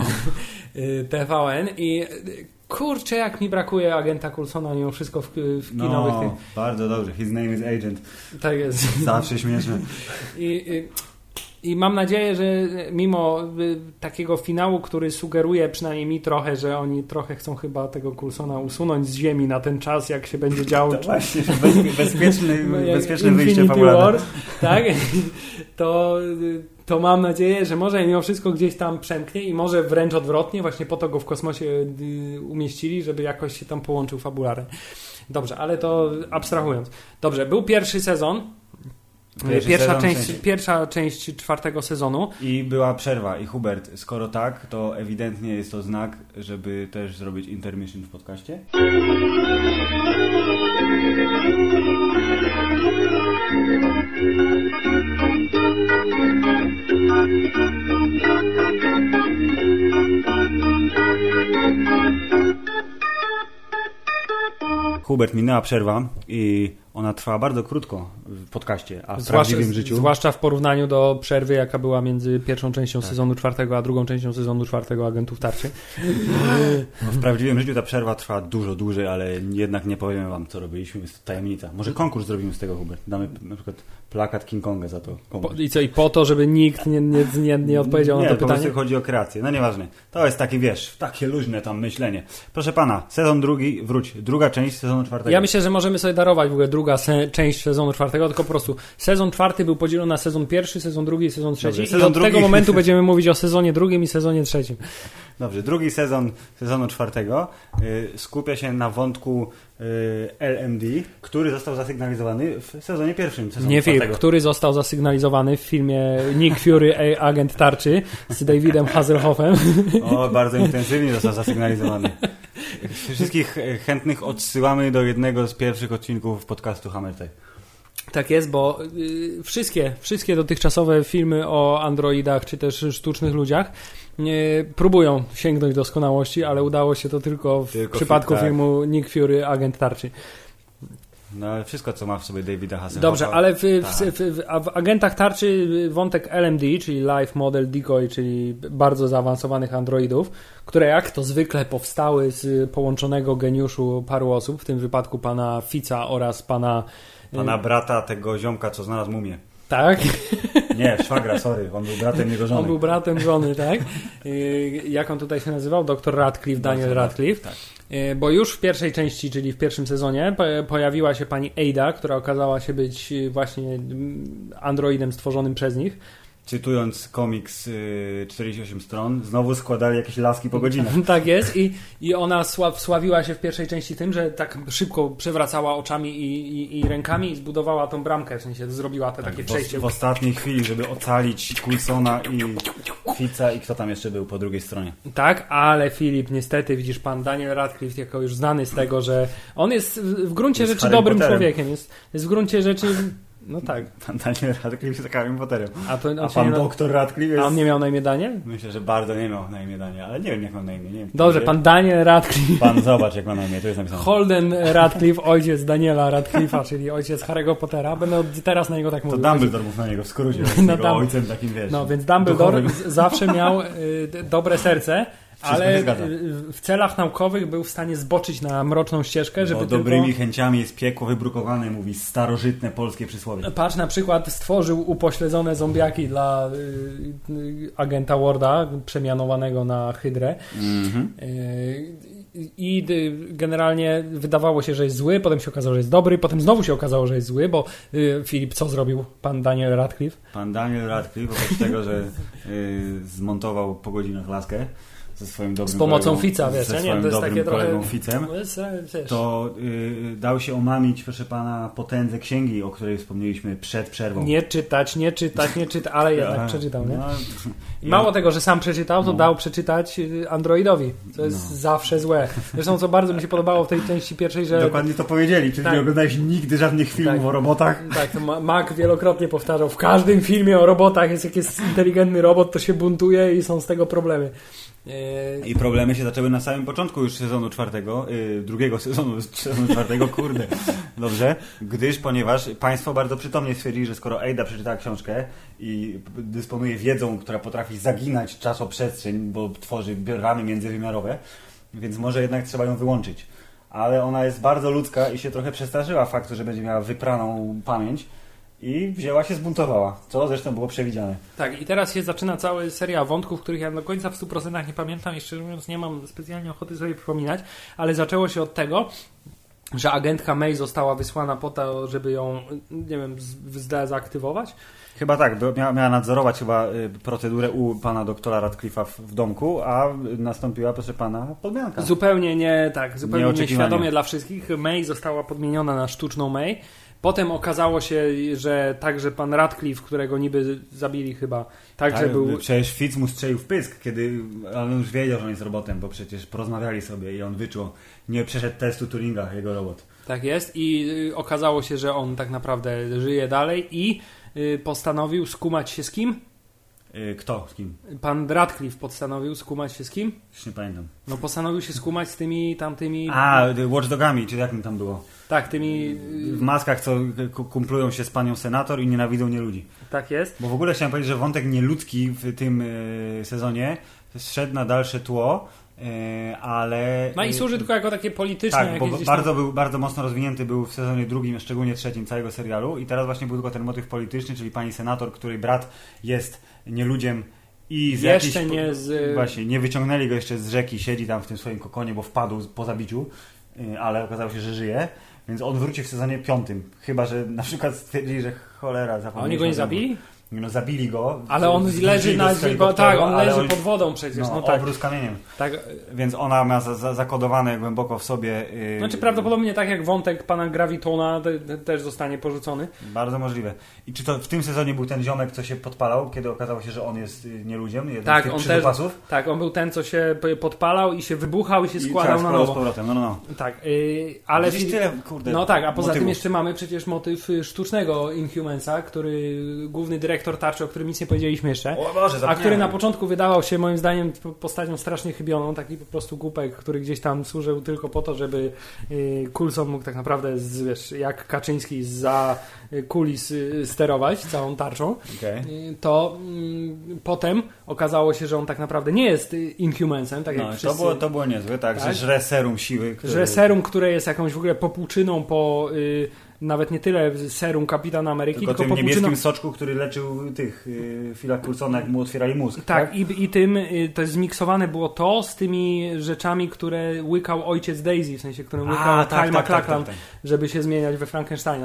T V N i kurczę, jak mi brakuje agenta Coulsona mimo wszystko w, w kinowych no, tych... bardzo dobrze. His name is Agent. Tak jest. Zawsze śmieszne. I, i I mam nadzieję, że mimo y, takiego finału, który sugeruje przynajmniej mi trochę, że oni trochę chcą chyba tego Coulsona usunąć z ziemi na ten czas, jak się będzie działo. To właśnie, bez, bezpieczny, no, bezpieczne wyjście fabularne. Tak? To, to mam nadzieję, że może mimo wszystko gdzieś tam przemknie i może wręcz odwrotnie, właśnie po to go w kosmosie y, umieścili, żeby jakoś się tam połączył fabularnie. Dobrze, ale to abstrahując. Dobrze, był pierwszy sezon. Pierwszy pierwsza, sezon, część, w sensie. pierwsza część czwartego sezonu. I była przerwa. I Hubert, skoro tak, to ewidentnie jest to znak, żeby też zrobić intermission w podcaście. Hubert, minęła przerwa i ona trwała bardzo krótko w podcaście, a w zwłaszcza, prawdziwym życiu... Zwłaszcza w porównaniu do przerwy, jaka była między pierwszą częścią tak. sezonu czwartego, a drugą częścią sezonu czwartego Agentów Tarczy. No, w prawdziwym życiu ta przerwa trwa dużo dłużej, ale jednak nie powiem wam, co robiliśmy, jest to tajemnica. Może konkurs zrobimy z tego, Hubert. Damy na przykład plakat King Konga za to. Po, I co, i po to, żeby nikt nie, nie, nie, nie odpowiedział nie, na to po pytanie? prostu chodzi o kreację. No nieważne. To jest taki, wiesz, takie luźne tam myślenie. Proszę pana, sezon drugi, wróć. Druga część sezonu czwartego. Ja myślę, że możemy sobie darować w ogóle druga se- część sezonu czwartego, tylko po prostu sezon czwarty był podzielony na sezon pierwszy, sezon drugi i sezon trzeci. Dobrze, i sezon od drugi... tego momentu będziemy mówić o sezonie drugim i sezonie trzecim. Dobrze, drugi sezon sezonu czwartego y, skupia się na wątku y, L M D, który został zasygnalizowany w sezonie pierwszym sezonu Nie film, czwartego. który został zasygnalizowany w filmie Nick Fury, Agent Tarczy z Davidem Hasselhoffem. O, bardzo intensywnie został zasygnalizowany. Wszystkich chętnych odsyłamy do jednego z pierwszych odcinków podcastu Hammer Time. Tak jest, bo y, wszystkie, wszystkie dotychczasowe filmy o androidach czy też sztucznych ludziach y, próbują sięgnąć doskonałości, ale udało się to tylko w Tylko przypadku fi- tak. filmu Nick Fury, Agent Tarczy. No ale wszystko, co ma w sobie Davida Hasselhoffa. Dobrze, ale w, tak. w, w, w, w Agentach Tarczy wątek L M D, czyli Life Model Decoy, czyli bardzo zaawansowanych androidów, które jak to zwykle powstały z połączonego geniuszu paru osób, w tym wypadku pana Fica oraz pana... Pana brata tego ziomka, co znalazł mumię. Tak. Nie, szwagra, sorry. On był bratem jego żony. On był bratem żony, tak? Jak on tutaj się nazywał? Doktor Radcliffe, Daniel Radcliffe. Tak. Bo już w pierwszej części, czyli w pierwszym sezonie, pojawiła się pani Ada, która okazała się być właśnie androidem stworzonym przez nich. Cytując komiks yy, czterdzieści osiem stron, znowu składali jakieś laski po godzinach. Tak jest i, i ona sław, sławiła się w pierwszej części tym, że tak szybko przewracała oczami i, i, i rękami i zbudowała tą bramkę, w sensie zrobiła te Tak, takie w, przejście. W ostatniej chwili, żeby ocalić Coulsona i Fitza i kto tam jeszcze był po drugiej stronie. Tak, ale Filip, niestety, widzisz, pan Daniel Radcliffe, jako już znany z tego, że on jest w, w gruncie Jest rzeczy Harry dobrym Potterem. człowiekiem, jest, jest w gruncie rzeczy... No tak. Pan Daniel Radcliffe jest Harrym Potterem. A, to, A pan nie, doktor Radcliffe jest... A on nie miał na imię Daniel? Myślę, że bardzo nie miał na imię Daniel, ale nie wiem jak ma na imię. Nie wiem, Dobrze, wie? pan Daniel Radcliffe. Pan zobacz jak ma na imię, to jest napisane. Holden Radcliffe, ojciec Daniela Radcliffe'a, czyli ojciec Harry'ego Pottera. Będę od teraz na niego tak To mówił. Dumbledore mów na niego w skrócie, jest No, jego tam- ojcem takim, wiesz. No, więc Dumbledore duchowym. z- zawsze miał y, dobre serce, Wszystko ale się zgadza. y, w celach naukowych był w stanie zboczyć na mroczną ścieżkę, żeby Bo tylko... dobrymi chęciami jest piekło wybrukowane, mówi starożytne polskie przysłowie. Patrz, na przykład stworzył upośledzone zombiaki dla y, y, agenta Warda, przemianowanego na Hydrę. Mhm. Y, I y, generalnie wydawało się, że jest zły, potem się okazało, że jest dobry, potem znowu się okazało, że jest zły, bo y, Filip, co zrobił pan Daniel Radcliffe? Pan Daniel Radcliffe, oprócz tego, że y, zmontował po godzinach laskę ze swoim dobrym Z pomocą kolegą, Fica, wiesz, ze ja nie swoim wiem, to jest dobrym takie kolegą trochę... Ficem, To jest, wiesz, to y, dał się omamić, proszę pana, potędze księgi, o której wspomnieliśmy przed przerwą. nie czytać, nie czytać, nie czytać, ale jednak A, przeczytał, nie? no, i- Mało tego, że sam przeczytał, to No. dał przeczytać y, Androidowi, co jest No. zawsze złe. Zresztą, co bardzo mi się podobało w tej części pierwszej, że... Dokładnie to powiedzieli, czyli Tak. nie oglądałeś nigdy żadnych filmów Tak. o robotach. Tak, to Ma- Mac wielokrotnie powtarzał, w każdym filmie o robotach jest jak jest inteligentny robot, to się buntuje i są z tego problemy. Yy, I problemy się zaczęły na samym początku już sezonu czwartego, yy, drugiego sezonu, sezonu czwartego, kurde, dobrze, gdyż, ponieważ państwo bardzo przytomnie stwierdzili, że skoro Ada przeczytała książkę i dysponuje wiedzą, która potrafi zaginać czasoprzestrzeń, bo tworzy ramy międzywymiarowe, więc może jednak trzeba ją wyłączyć. Ale ona jest bardzo ludzka i się trochę przestraszyła faktu, że będzie miała wypraną pamięć i wzięła się, zbuntowała, co zresztą było przewidziane. tak, i teraz się zaczyna cała seria wątków, których ja do końca w stu procentach nie pamiętam i szczerze mówiąc nie mam specjalnie ochoty sobie przypominać, ale zaczęło się od tego, że agentka May została wysłana po to, żeby ją, nie wiem, z- zaaktywować. Chyba tak, bo miała, miała nadzorować chyba y, procedurę u pana doktora Radcliffe'a w, w domku, a nastąpiła, proszę pana, podmianka. Zupełnie nie, tak, zupełnie Nieoczekiwanie. nieświadomie dla wszystkich. May została podmieniona na sztuczną May. Potem okazało się, że także pan Radcliffe, którego niby zabili chyba, także Tak, był... Przecież Fitz mu strzelił w pysk, kiedy ale on już wiedział, że on jest robotem, bo przecież porozmawiali sobie i on wyczuł, nie przeszedł testu Turinga, jego robot. Tak jest i y, okazało się, że on tak naprawdę żyje dalej i y, postanowił skumać się z kim? Y, Kto? Z kim? Pan Radcliffe postanowił skumać się z kim? Już nie pamiętam. No postanowił się skumać z tymi tamtymi... A, y, Watchdogami, czy jak mi tam było? Tak, tymi... W maskach, co k- kumplują się z panią senator i nienawidzą nieludzi. Tak jest. Bo w ogóle chciałem powiedzieć, że wątek nieludzki w tym y, sezonie szedł na dalsze tło, y, ale... No i y, służy tylko jako takie polityczne... Tak, bo jakieś gdzieś tam- bardzo, był, bardzo mocno rozwinięty był w sezonie drugim, szczególnie trzecim całego serialu i teraz właśnie był tylko ten motyw polityczny, czyli pani senator, której brat jest nieludziem i z Jeszcze jakiejś- nie z... Właśnie, nie wyciągnęli go jeszcze z rzeki, siedzi tam w tym swoim kokonie, bo wpadł po zabiciu, y, ale okazało się, że żyje, więc on wróci w sezonie piątym, chyba że na przykład stwierdzili, że cholera, A zapomnieliśmy. oni go nie o tym. zabili? No zabili go. Ale on zrzucili leży go na... z Bo, helikopteru, tak, on ale leży oni- pod wodą przecież, no, No, tak. obrus kamieniem. tak. Więc ona ma za, za, zakodowane głęboko w sobie... Yy, Znaczy prawdopodobnie tak jak wątek pana Gravitona te, te, też zostanie porzucony. Bardzo możliwe. I czy to w tym sezonie był ten ziomek, co się podpalał, kiedy okazało się, że on jest y, nieludiem? Jeden Tak, z tych on też, przydupasów? tak, on był ten, co się p- podpalał i się wybuchał i się I składał tak, na składał z nowo. powrotem. No, no, no. Tak, yy, ale... Gdzieś tyle, kurde, No tak, a poza tym motywów. jeszcze mamy przecież motyw y, sztucznego Inhumansa, który główny dyrektor Tarczy, o którym nic nie powiedzieliśmy jeszcze, O Boże, a zapomniałem. który na początku wydawał się moim zdaniem po- postacią strasznie chybioną, taki po prostu głupek, który gdzieś tam służył tylko po to, żeby y, Coulson mógł tak naprawdę, z, wiesz, jak Kaczyński za y, kulis y, sterować całą Tarczą. Okay. Y, to y, potem okazało się, że on tak naprawdę nie jest y, Inhumansem, tak jak No, wszyscy... to, było, to było niezłe, tak, Tak? że żre serum siły. Który... Że serum, które jest jakąś w ogóle popłuczyną po... Y, nawet nie tyle serum Kapitana Ameryki, Tylko, tylko, tym popłuczyną... niebieskim soczku, który leczył tych yy, Phila Coulsona, jak mu otwierali mózg. Tak, Tak, i, i tym y, to jest zmiksowane było to z tymi rzeczami, które łykał ojciec Daisy, w sensie, które łykał A, tak, Kyle tak, tak, MacLachlan, tak, tak. żeby się zmieniać we Frankensteina.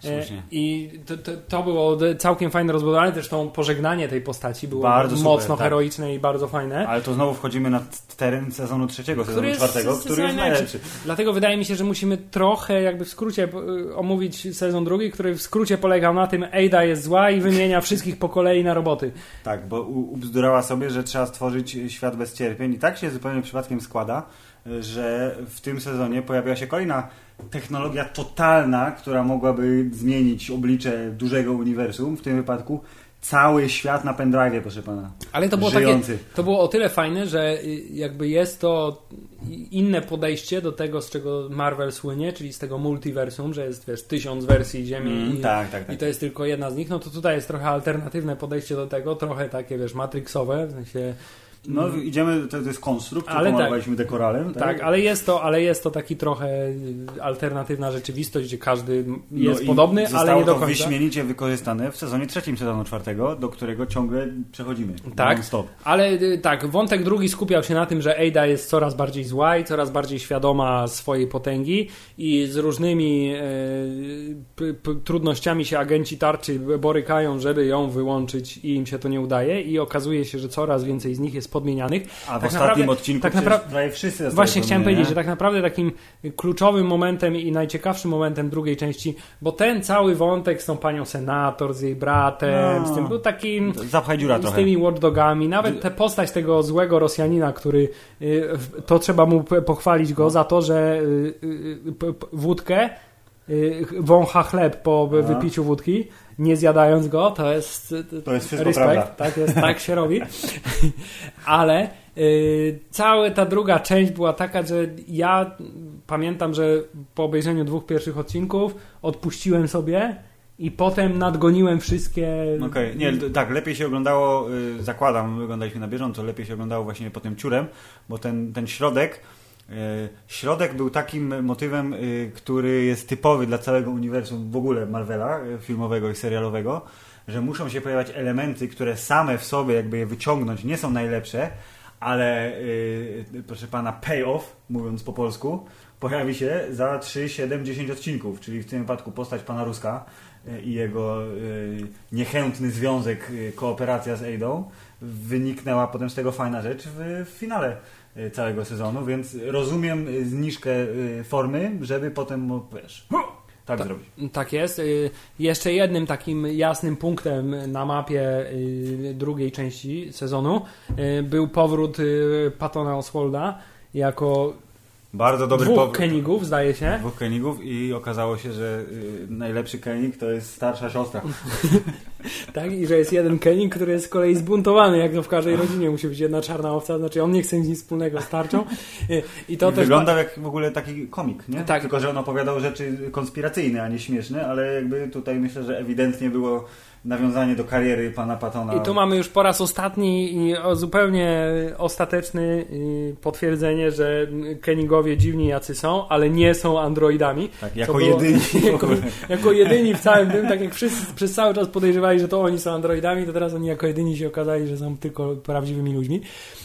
Słusznie. I to, to, to było całkiem fajne rozbudowanie, zresztą pożegnanie tej postaci było bardzo mocno super, heroiczne tak. i bardzo fajne. Ale to znowu wchodzimy na teren sezonu trzeciego, który sezonu jest, czwartego, jest, który jest najlepszy. Dlatego wydaje mi się, że musimy trochę jakby w skrócie omówić sezon drugi, który w skrócie polegał na tym, Ada jest zła i wymienia wszystkich po kolei na roboty. Tak, bo ubzdurała sobie, że trzeba stworzyć świat bez cierpień i tak się zupełnie przypadkiem składa, że w tym sezonie pojawiła się kolejna technologia totalna, która mogłaby zmienić oblicze dużego uniwersum, w tym wypadku cały świat na pendrive'ie, proszę pana. Ale to było Żyjący. takie, to było o tyle fajne, że jakby jest to inne podejście do tego, z czego Marvel słynie, czyli z tego multiversum, że jest, wiesz, tysiąc wersji Ziemi mm, i, tak, tak, tak. i to jest tylko jedna z nich, no to tutaj jest trochę alternatywne podejście do tego, trochę takie, wiesz, matrixowe, w sensie... No idziemy, to, to jest konstrukt, ale to pomalowaliśmy tak, dekoralem. Tak? tak, ale jest to, ale jest to taki trochę alternatywna rzeczywistość, gdzie każdy jest no podobny, ale nie do końca. Zostało to wyśmienicie wykorzystane w sezonie trzecim sezonu czwartego, do którego ciągle przechodzimy. Tak, non-stop. Ale tak, wątek drugi skupiał się na tym, że Ada jest coraz bardziej zła i coraz bardziej świadoma swojej potęgi i z różnymi e, p, p, trudnościami się agenci tarczy borykają, żeby ją wyłączyć i im się to nie udaje i okazuje się, że coraz więcej z nich jest podmienianych. A w tak ostatnim naprawdę, odcinku tak naprawdę, prawie wszyscy właśnie chciałem powiedzieć, nie? że tak naprawdę takim kluczowym momentem i najciekawszym momentem drugiej części, bo ten cały wątek z tą panią senator, z jej bratem, no. z tym był takim Zapchaj dziura z trochę. tymi watchdogami, nawet tę postać tego złego Rosjanina, który to trzeba mu pochwalić go za to, że wódkę wącha chleb po Aha. wypiciu wódki, nie zjadając go, to jest to jest wszystko respekt, prawda. tak, jest, tak się robi. Ale y, cała ta druga część była taka, że ja pamiętam, że po obejrzeniu dwóch pierwszych odcinków odpuściłem sobie i potem nadgoniłem wszystkie... Okej, okay. Nie, tak, lepiej się oglądało, y, zakładam, oglądaliśmy na bieżąco, lepiej się oglądało właśnie po tym ciurem, bo ten, ten środek Środek był takim motywem, który jest typowy dla całego uniwersum w ogóle Marvela, filmowego i serialowego, że muszą się pojawiać elementy, które same w sobie, jakby je wyciągnąć, nie są najlepsze, ale proszę pana, payoff, mówiąc po polsku, pojawi się za trzy, siedem, dziesięć odcinków, czyli w tym wypadku postać pana Ruska i jego niechętny związek, kooperacja z Adą, wyniknęła potem z tego fajna rzecz w, w finale całego sezonu, więc rozumiem zniżkę formy, żeby potem, wiesz, tak Ta, zrobić. Tak jest. Jeszcze jednym takim jasnym punktem na mapie drugiej części sezonu był powrót Pattona Oswalda jako bardzo dobry dwóch powrót. Kenigów, zdaje się. Dwóch Kenigów i okazało się, że najlepszy Kenig to jest starsza siostra. Tak, i że jest jeden Kenig, który jest z kolei zbuntowany, jak to w każdej rodzinie musi być jedna czarna owca, znaczy on nie chce nic wspólnego z tarczą. I to I też wyglądał jak w ogóle taki komik, nie? Tak. Tylko że on opowiadał rzeczy konspiracyjne, a nie śmieszne, ale jakby tutaj myślę, że ewidentnie było nawiązanie do kariery pana Pattona. I tu mamy już po raz ostatni i zupełnie ostateczny potwierdzenie, że Kenigowie dziwni jacy są, ale nie są androidami. Tak, jako było, jedyni. Jako, jako jedyni w całym tym, tak jak wszyscy przez cały czas podejrzewali, że to oni są androidami, to teraz oni jako jedyni się okazali, że są tylko prawdziwymi ludźmi.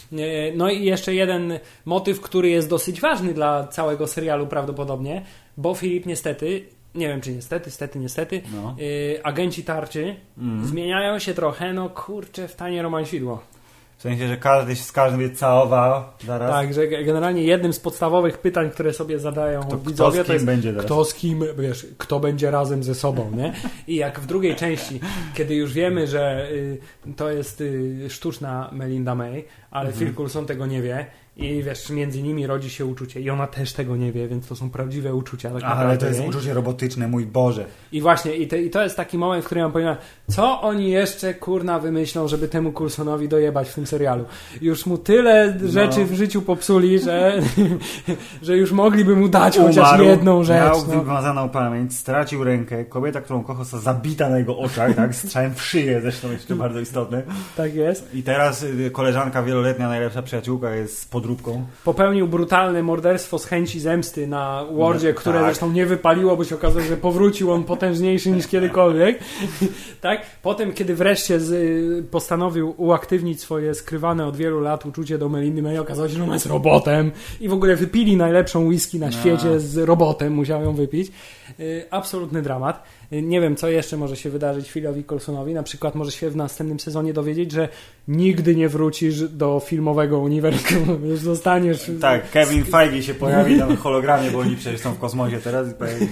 No i jeszcze jeden motyw, który jest dosyć ważny dla całego serialu prawdopodobnie, bo Filip niestety nie wiem, czy niestety, stety, niestety, no. y, agenci tarczy mm. zmieniają się trochę, no kurczę, w tanie romansidło. W sensie, że każdy się z każdym je całował zaraz. Tak, że generalnie jednym z podstawowych pytań, które sobie zadają kto, widzowie, kto z kim to jest będzie teraz? Kto z kim, wiesz, kto będzie razem ze sobą, nie? I jak w drugiej części, kiedy już wiemy, że y, to jest y, sztuczna Melinda May, ale mhm. Phil Coulson tego nie wie, i wiesz, między nimi rodzi się uczucie i ona też tego nie wie, więc to są prawdziwe uczucia. Tak ale naprawdę, to jest nie? uczucie robotyczne, mój Boże. I właśnie, i, te, i to jest taki moment, w którym ja powiem, co oni jeszcze, kurna, wymyślą, żeby temu Coulsonowi dojebać w tym serialu. Już mu tyle no. rzeczy w życiu popsuli, że, że już mogliby mu dać Umarł, chociaż jedną rzecz. Miał no. wymazaną pamięć, stracił rękę, kobieta, którą kochał, została zabita na jego oczach, tak, strzałem w szyję, zresztą jest to bardzo istotne. Tak jest. I teraz koleżanka wieloletnia, najlepsza przyjaciółka jest pod Róbką. Popełnił brutalne morderstwo z chęci zemsty na Wardzie, no, które tak. zresztą nie wypaliło, bo się okazało, że powrócił on potężniejszy niż kiedykolwiek. Tak? Potem, kiedy wreszcie z, postanowił uaktywnić swoje skrywane od wielu lat uczucie do Melindy May, okazało się, że ona jest robotem i w ogóle wypili najlepszą whisky na świecie no. z robotem, musiał ją wypić. Absolutny dramat. Nie wiem, co jeszcze może się wydarzyć Philowi Coulsonowi. Na przykład może się w następnym sezonie dowiedzieć, że nigdy nie wrócisz do filmowego uniwersum. Już zostaniesz... Tak, Kevin Feige się pojawi na hologramie, bo oni przecież są w kosmosie teraz i powie...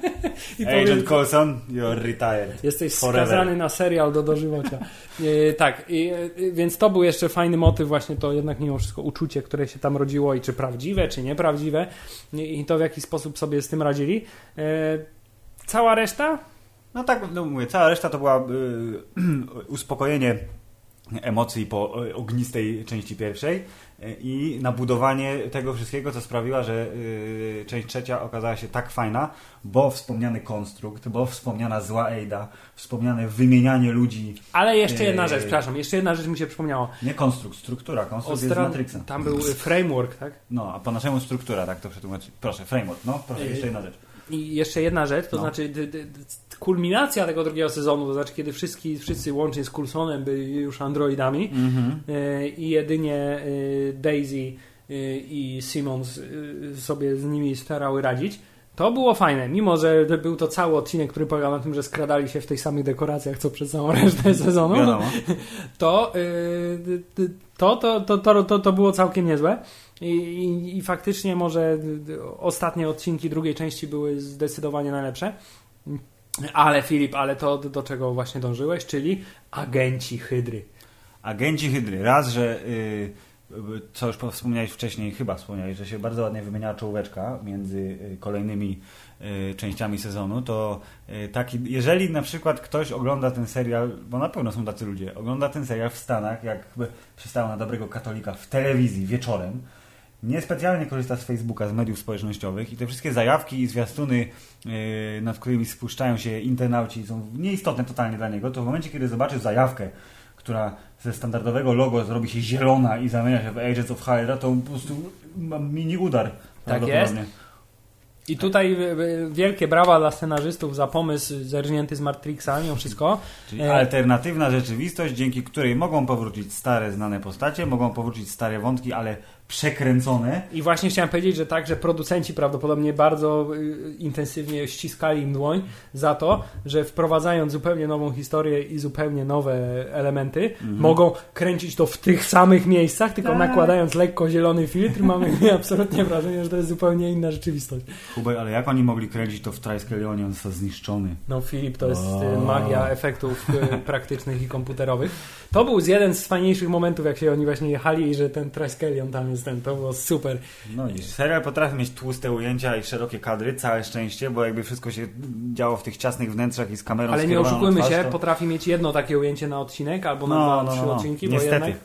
I Agent powie... Coulson, you're retired. Jesteś forever. skazany na serial do dożywocia. e, tak, e, więc to był jeszcze fajny motyw, właśnie to jednak mimo wszystko uczucie, które się tam rodziło i czy prawdziwe, czy nieprawdziwe i to w jaki sposób sobie z tym radzili. E, cała reszta? No tak, no mówię, cała reszta to była y, uspokojenie emocji po ognistej części pierwszej i nabudowanie tego wszystkiego, co sprawiła, że yy, część trzecia okazała się tak fajna, bo wspomniany konstrukt, bo wspomniana zła Ada, wspomniane wymienianie ludzi. Ale jeszcze jedna rzecz, przepraszam, jeszcze jedna rzecz mi się przypomniało. Nie konstrukt, struktura, konstrukt jest z Matrixa. Tam był framework, tak? No, a po naszemu struktura, tak to przetłumaczyć. Proszę, framework, no, proszę, jeszcze jedna rzecz. I jeszcze jedna rzecz, to no. znaczy d, d, d, kulminacja tego drugiego sezonu, to znaczy kiedy wszyscy, wszyscy łącznie z Coulsonem byli już androidami mm-hmm. y, i jedynie y, Daisy y, i Simmons y, sobie z nimi starały radzić. To było fajne, mimo że był to cały odcinek, który polegał na tym, że skradali się w tych samych dekoracjach, co przez całą resztę sezonu, to, y, to, to, to, to, to, to było całkiem niezłe. I, i, I faktycznie może ostatnie odcinki drugiej części były zdecydowanie najlepsze. Ale Filip, ale to do czego właśnie dążyłeś, czyli agenci Hydry. Agenci Hydry. Raz, że yy, co już wspomniałeś wcześniej, chyba wspomniałeś, że się bardzo ładnie wymieniała czołóweczka między kolejnymi yy, częściami sezonu, to yy, taki, jeżeli na przykład ktoś ogląda ten serial, bo na pewno są tacy ludzie, ogląda ten serial w Stanach, jakby przystało na dobrego katolika, w telewizji wieczorem, niespecjalnie korzysta z Facebooka, z mediów społecznościowych i te wszystkie zajawki i zwiastuny, yy, nad którymi spuszczają się internauci, są nieistotne totalnie dla niego, to w momencie, kiedy zobaczy zajawkę, która ze standardowego logo zrobi się zielona i zamienia się w Agents of Hydra, to po prostu ma mini udar. Tak jest. I tutaj wielkie brawa dla scenarzystów za pomysł zerżnięty z Matrixa, mimo wszystko. Czyli alternatywna rzeczywistość, dzięki której mogą powrócić stare, znane postacie, mogą powrócić stare wątki, ale przekręcone. I właśnie chciałem powiedzieć, że tak, że producenci prawdopodobnie bardzo y, intensywnie ściskali im dłoń za to, że wprowadzając zupełnie nową historię i zupełnie nowe elementy, mhm. mogą kręcić to w tych samych miejscach, tylko tak. nakładając lekko zielony filtr, mamy absolutnie wrażenie, że to jest zupełnie inna rzeczywistość. Hubert, ale jak oni mogli kręcić to w Triskelion, on został zniszczony? No Filip, to jest o. magia efektów praktycznych i komputerowych. To był jeden z fajniejszych momentów, jak się oni właśnie jechali i że ten Triskelion tam jest ten, to było super. No i serial potrafi mieć tłuste ujęcia i szerokie kadry, całe szczęście, bo jakby wszystko się działo w tych ciasnych wnętrzach i z kamerą. Ale nie oszukujmy się, to... potrafi mieć jedno takie ujęcie na odcinek albo na no, dwa, no, trzy no, no. odcinki, bo niestety. jednak...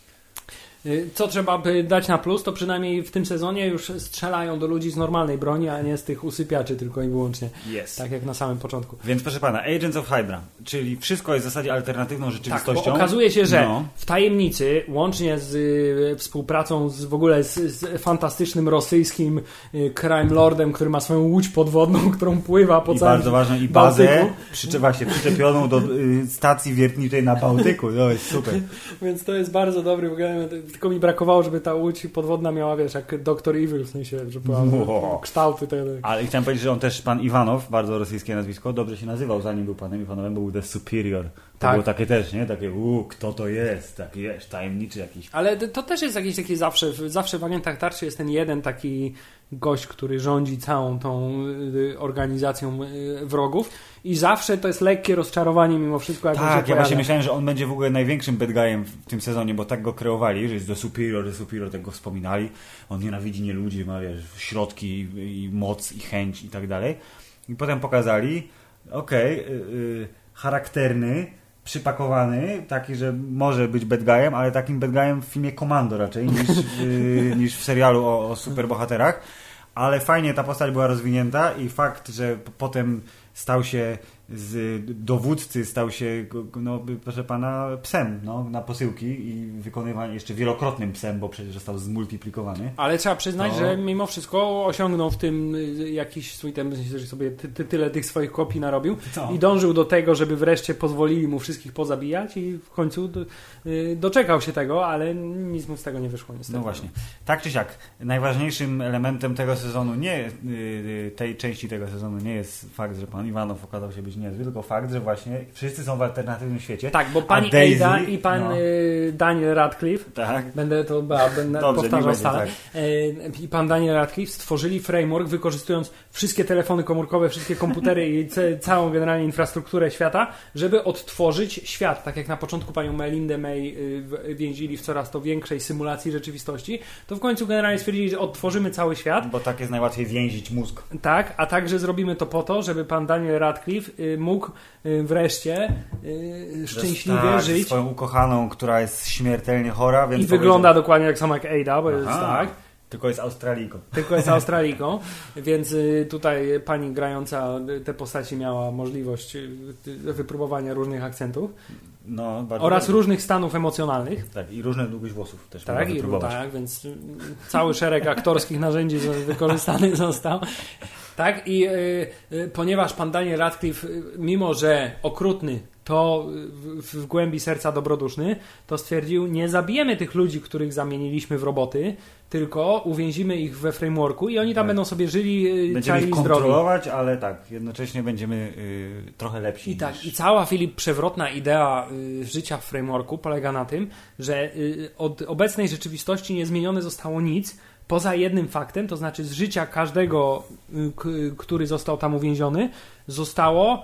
Co trzeba by dać na plus, to przynajmniej w tym sezonie już strzelają do ludzi z normalnej broni, a nie z tych usypiaczy tylko i wyłącznie. Yes. Tak jak na samym początku. Więc proszę pana, Agents of Hydra, czyli wszystko jest w zasadzie alternatywną rzeczywistością. Tak, bo okazuje się, że no. w tajemnicy, łącznie z y, współpracą z w ogóle z, z fantastycznym rosyjskim y, crime lordem, który ma swoją łódź podwodną, którą pływa po I całym bardzo ważną i bazę przyczepa się przyczepioną do y, stacji wiertniczej na Bałtyku. To jest super. Więc to jest bardzo dobry w ogóle. Tylko mi brakowało, żeby ta łódź podwodna miała, wiesz, jak doktor Evil, w sensie, że była wow. kształty tego. Ale chciałem powiedzieć, że on też, pan Iwanow, bardzo rosyjskie nazwisko, dobrze się nazywał, zanim był panem Iwanowem, był The Superior. To tak. było takie też, nie? Takie, uuu, kto to jest? Taki, wiesz, tajemniczy jakiś. Ale to też jest jakiś taki zawsze, zawsze w Agentach Tarczy jest ten jeden taki gość, który rządzi całą tą organizacją wrogów i zawsze to jest lekkie rozczarowanie mimo wszystko. Jak tak, ja właśnie myślałem, że on będzie w ogóle największym bad guyem w tym sezonie, bo tak go kreowali, że jest The Superior, The Superior, tak go wspominali. On nienawidzi nie ludzi, ma wiesz, środki i, i moc i chęć i tak dalej. I potem pokazali, okej, okay, yy, charakterny, przypakowany, taki, że może być bad guyem, ale takim bad guyem w filmie Commando raczej niż, yy, niż w serialu o, o superbohaterach. Ale fajnie ta postać była rozwinięta i fakt, że potem stał się z dowódcy, stał się, no, proszę pana, psem no, na posyłki i wykonywany jeszcze wielokrotnym psem, bo przecież został zmultiplikowany. Ale trzeba przyznać, to... że mimo wszystko osiągnął w tym jakiś swój ten, że sobie ty, ty, tyle tych swoich kopii narobił to. I dążył do tego, żeby wreszcie pozwolili mu wszystkich pozabijać i w końcu do, y, doczekał się tego, ale nic mu z tego nie wyszło niestety. No właśnie. Tak czy siak, najważniejszym elementem tego sezonu nie, y, tej części tego sezonu nie jest fakt, że pan Pan Iwanow okazał się być niezły, tylko fakt, że właśnie wszyscy są w alternatywnym świecie. Tak, bo pani Daisy, Ada i pan no. Daniel Radcliffe, tak. będę to ba, będę Dobrze, powtarzał stale, tak. i pan Daniel Radcliffe stworzyli framework, wykorzystując wszystkie telefony komórkowe, wszystkie komputery i ce, całą generalnie infrastrukturę świata, żeby odtworzyć świat. Tak jak na początku panią Melindę May y, więzili w coraz to większej symulacji rzeczywistości, to w końcu generalnie stwierdzili, że odtworzymy cały świat. Bo tak jest najłatwiej więzić mózg. Tak, a także zrobimy to po to, żeby pan Daniel Radcliffe y, mógł y, wreszcie y, szczęśliwie tak, żyć. swoją ukochaną, która jest śmiertelnie chora. Więc I wygląda dokładnie jak sama jak Ada, bo Aha, jest tak. Tylko jest Australijką. Tylko jest Australijką, więc y, tutaj pani grająca te postaci miała możliwość y, wypróbowania różnych akcentów. No, bardzo oraz dobrze. różnych stanów emocjonalnych. Tak, i różne długość włosów też Tak, można i wypróbować. tak, więc cały szereg aktorskich narzędzi wykorzystany został. Tak, i y, y, ponieważ pan Daniel Radcliffe, y, mimo że okrutny, to w, w głębi serca dobroduszny, to stwierdził, nie zabijemy tych ludzi, których zamieniliśmy w roboty, tylko uwięzimy ich we frameworku i oni tam tak. będą sobie żyli, y, będziemy ciali ich zdrowi. kontrolować, ale tak, jednocześnie będziemy y, trochę lepsi. I tak, niż... i cała Filip przewrotna idea y, życia w frameworku polega na tym, że y, od obecnej rzeczywistości nie zmienione zostało nic, poza jednym faktem, to znaczy z życia każdego, y, k, który został tam uwięziony, zostało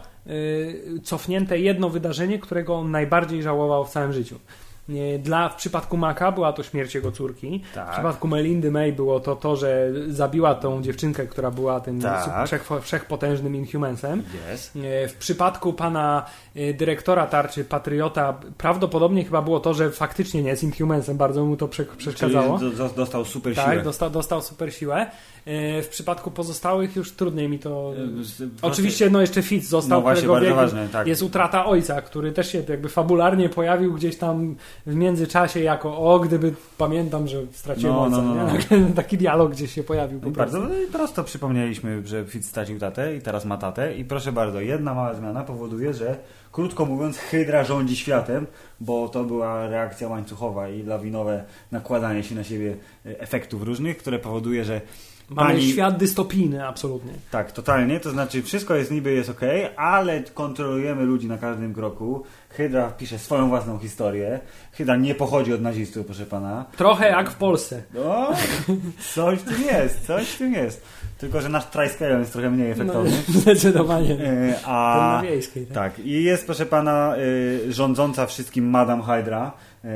y, cofnięte jedno wydarzenie, którego on najbardziej żałował w całym życiu. Dla, w przypadku Maca była to śmierć jego córki. Tak. W przypadku Melindy May było to to, że zabiła tą dziewczynkę, która była tym tak. wszech, wszechpotężnym Inhumansem. Yes. W przypadku pana dyrektora tarczy Patriota prawdopodobnie chyba było to, że faktycznie nie jest Inhumansem. Bardzo mu to przeszkadzało. Czyli do, dostał super tak, siłę. Dostał, dostał super siłę. W przypadku pozostałych już trudniej mi to... Proste... Oczywiście no jeszcze Fitz został, no właśnie, którego bardzo wieku ważne, tak. jest utrata ojca, który też się jakby fabularnie pojawił gdzieś tam w międzyczasie jako o, gdyby pamiętam, że straciłem no, ojca. no, no, no. Taki dialog gdzieś się pojawił po bardzo prostu. prosto przypomnieliśmy, że Fitz stracił tatę i teraz ma tatę i proszę bardzo, jedna mała zmiana powoduje, że krótko mówiąc Hydra rządzi światem, bo to była reakcja łańcuchowa i lawinowe nakładanie się na siebie efektów różnych, które powoduje, że Mamy pani... świat dystopijny, absolutnie. Tak, totalnie, to znaczy wszystko jest niby jest okej, okay, ale kontrolujemy ludzi na każdym kroku. Hydra pisze swoją własną historię. Hydra nie pochodzi od nazistów, proszę pana. Trochę jak w Polsce. No, coś w tym jest, coś w tym jest. Tylko, że nasz Triskelion jest trochę mniej efektowny. No, zdecydowanie. E, a, na wiejskiej, tak? tak, i jest, proszę pana, y, rządząca wszystkim Madame Hydra.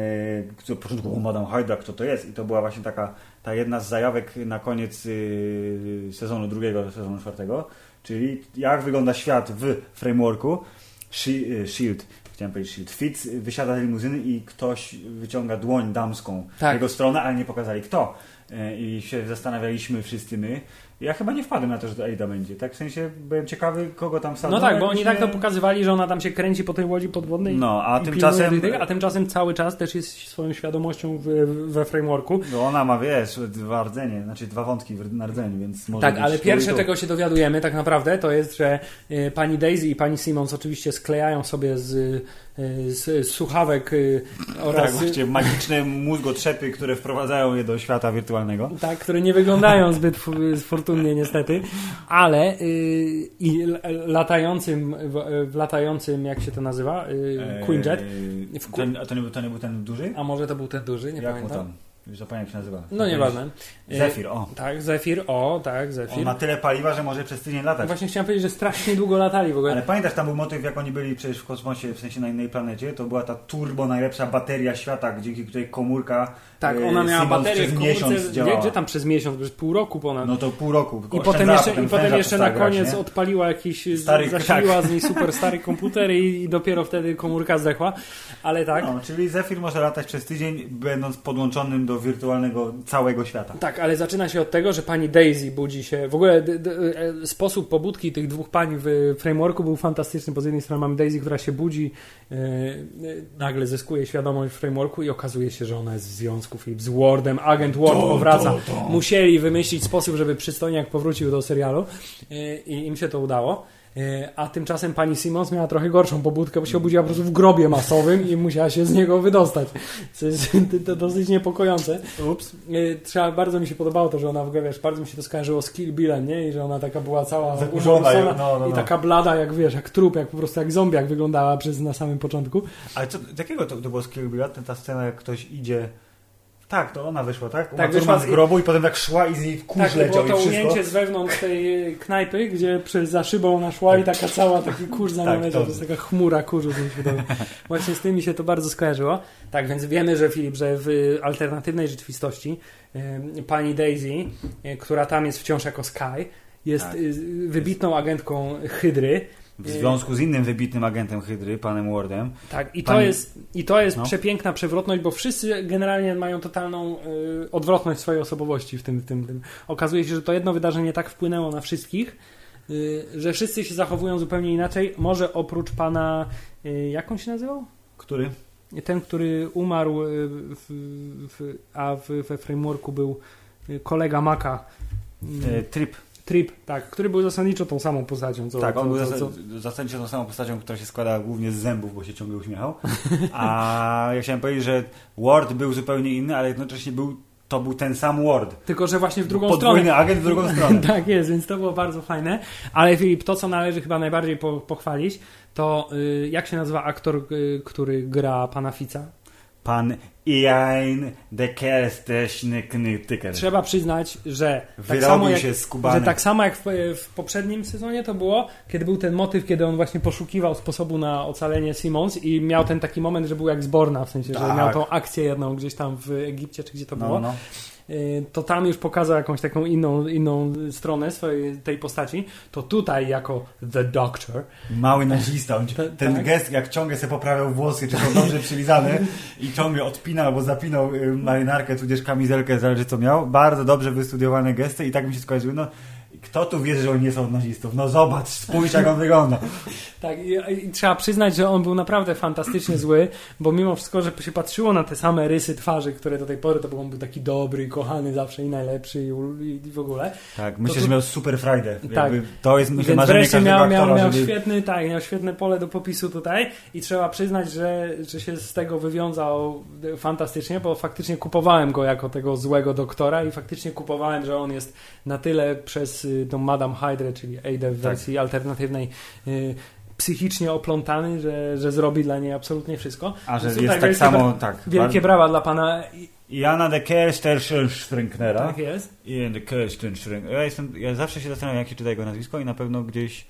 Y, początku Madame Hydra, kto to jest? I to była właśnie taka ta jedna z zajawek na koniec y, sezonu drugiego, sezonu czwartego, czyli jak wygląda świat w frameworku. Shield, chciałem powiedzieć Shield. Fitz wysiada z limuzyny i ktoś wyciąga dłoń damską tak. w jego stronę, ale nie pokazali kto. Y, I się zastanawialiśmy wszyscy my. Ja chyba nie wpadłem na to, że to Ada będzie. Tak w sensie byłem ciekawy, kogo tam wsadzą. No tak, bo oni nie... tak to pokazywali, że ona tam się kręci po tej łodzi podwodnej. No, a i tymczasem... Tych, a tymczasem cały czas też jest swoją świadomością w, we frameworku. No ona ma, wiesz, dwa rdzenie, znaczy dwa wątki na rdzeniu, więc może Tak, być ale pierwsze, tu. czego się dowiadujemy tak naprawdę, to jest, że y, pani Daisy i pani Simmons oczywiście sklejają sobie z, y, z, z słuchawek y, oraz... Tak, właściwie magiczne mózgotrzepy, które wprowadzają je do świata wirtualnego. Tak, które nie wyglądają zbyt fortunnie niestety, ale y, i latającym, w, w latającym, jak się to nazywa? Y, Queen Jet. W, ten, a to nie, był, to nie był ten duży? A może to był ten duży? Nie jak pamiętam. Mu tam? Już zapomniałem, jak się nazywa. No nieważne. Zephyr, o. Tak, Zephyr, o, tak, Zephyr. On ma tyle paliwa, że może przez tydzień latać. Właśnie chciałem powiedzieć, że strasznie długo latali w ogóle. Ale pamiętasz, tam był motyw, jak oni byli przecież w kosmosie, w sensie na innej planecie, to była ta turbo najlepsza bateria świata, dzięki której komórka tak, ona miała Simmons baterię przez w miesiąc komórce, działała. gdzie, gdzie tam przez miesiąc, przez pół roku ponad. No to pół roku. I potem jeszcze, i potem jeszcze na koniec grać, odpaliła jakiś, stary, zasiliła tak. z niej super stary komputer i, i dopiero wtedy komórka zdechła, ale tak. No, czyli Zephyr może latać przez tydzień, będąc podłączonym do wirtualnego całego świata. Tak, ale zaczyna się od tego, że pani Daisy budzi się, w ogóle d, d, sposób pobudki tych dwóch pań w frameworku był fantastyczny, bo z jednej strony mamy Daisy, która się budzi, yy, nagle zyskuje świadomość w frameworku i okazuje się, że ona jest w związku z Wardem, agent Ward powraca. Musieli wymyślić sposób, żeby przystojniak powrócił do serialu i im się to udało. A tymczasem pani Simmons miała trochę gorszą pobudkę, bo się obudziła po prostu w grobie masowym i musiała się z niego wydostać. Co jest to dosyć niepokojące. Ups. Trzeba, bardzo mi się podobało to, że ona w ogóle, wiesz, bardzo mi się to skojarzyło z Kill Billem, nie? I że ona taka była cała zakurzona no, no, i no. taka blada, jak wiesz, jak trup, jak po prostu jak zombiak wyglądała przez na samym początku. Ale co, z jakiego to, to było z Kill Billa? Ta scena, jak ktoś idzie... Tak, to ona wyszła, tak? Tak, wyszła z grobu i potem tak szła i z niej kurz tak, leciał było to i wszystko. ujęcie z wewnątrz tej knajpy, gdzie przez za szybą ona szła i taka cała, taki kurz za nią tak, leciał, to jest taka chmura kurzu. Właśnie z tym mi się to bardzo skojarzyło. Tak, więc wiemy, że Filip, że w alternatywnej rzeczywistości y, pani Daisy, y, która tam jest wciąż jako Sky, jest tak. y, wybitną agentką Hydry. W związku z innym wybitnym agentem Hydry, panem Wardem. Tak, i Pani... to jest, i to jest no. przepiękna przewrotność, bo wszyscy generalnie mają totalną y, odwrotność swojej osobowości w tym, w tym, tym. Okazuje się, że to jedno wydarzenie tak wpłynęło na wszystkich, y, że wszyscy się zachowują zupełnie inaczej. Może oprócz pana, y, jak on się nazywał? Który? Ten, który umarł, w, w, a w, we frameworku był kolega Maka. Y, Trip. Trip, tak, który był zasadniczo tą samą postacią. Co, tak, on co, był co, co... zasadniczo tą samą postacią, która się składa głównie z zębów, bo się ciągle uśmiechał. A ja chciałem powiedzieć, że Ward był zupełnie inny, ale jednocześnie był, to był ten sam Ward. Tylko, że właśnie w drugą Podwójny stronę. agent w drugą stronę. Tak jest, więc to było bardzo fajne. Ale Filip, to co należy chyba najbardziej po, pochwalić, to y, jak się nazywa aktor, y, który gra pana Fica? Pan Ian de Kerstechny-Tyker. Trzeba przyznać, że tak samo, jak, się skubany. że tak samo jak w, w poprzednim sezonie to było, kiedy był ten motyw, kiedy on właśnie poszukiwał sposobu na ocalenie Simmons i miał ten taki moment, że był jak z Borna, w sensie, tak. że miał tą akcję jedną gdzieś tam w Egipcie, czy gdzie to no, było. No. To tam już pokazał jakąś taką inną, inną stronę swojej tej postaci, to tutaj jako The Doctor. Mały nazista. On, ten tak. gest, jak ciągle sobie poprawiał włosy, czy są dobrze przylizane i ciągle odpinał albo zapinał marynarkę, tudzież kamizelkę, zależy co miał. Bardzo dobrze wystudiowane gesty i tak mi się skojarzyły. No, kto tu wie, że oni nie są od nazistów? No zobacz, spójrz jak on wygląda. Tak, i, i trzeba przyznać, że on był naprawdę fantastycznie zły, bo mimo wszystko, że się patrzyło na te same rysy twarzy, które do tej pory to był, on był taki dobry, kochany zawsze i najlepszy i, i w ogóle. Tak, myślę, to, że miał super frajdę. Tak. To jest myślę, Więc marzenie wreszcie każdego miał, aktora, miał, miał, żeby... świetny, tak, miał świetne pole do popisu tutaj i trzeba przyznać, że, że się z tego wywiązał fantastycznie, bo faktycznie kupowałem go jako tego złego doktora i faktycznie kupowałem, że on jest na tyle przez tą Madame Hydrę, czyli Ada w wersji tak. alternatywnej, y, psychicznie oplątany, że, że zrobi dla niej absolutnie wszystko. A że tutaj jest tak samo, bra- tak. Wielkie brawa dla pana Jana de Kerstenschrinknera. Tak jest. Ian de Kerstenschrinkner. Ja, jestem, ja zawsze się zastanawiam, jak się czyta jego nazwisko i na pewno gdzieś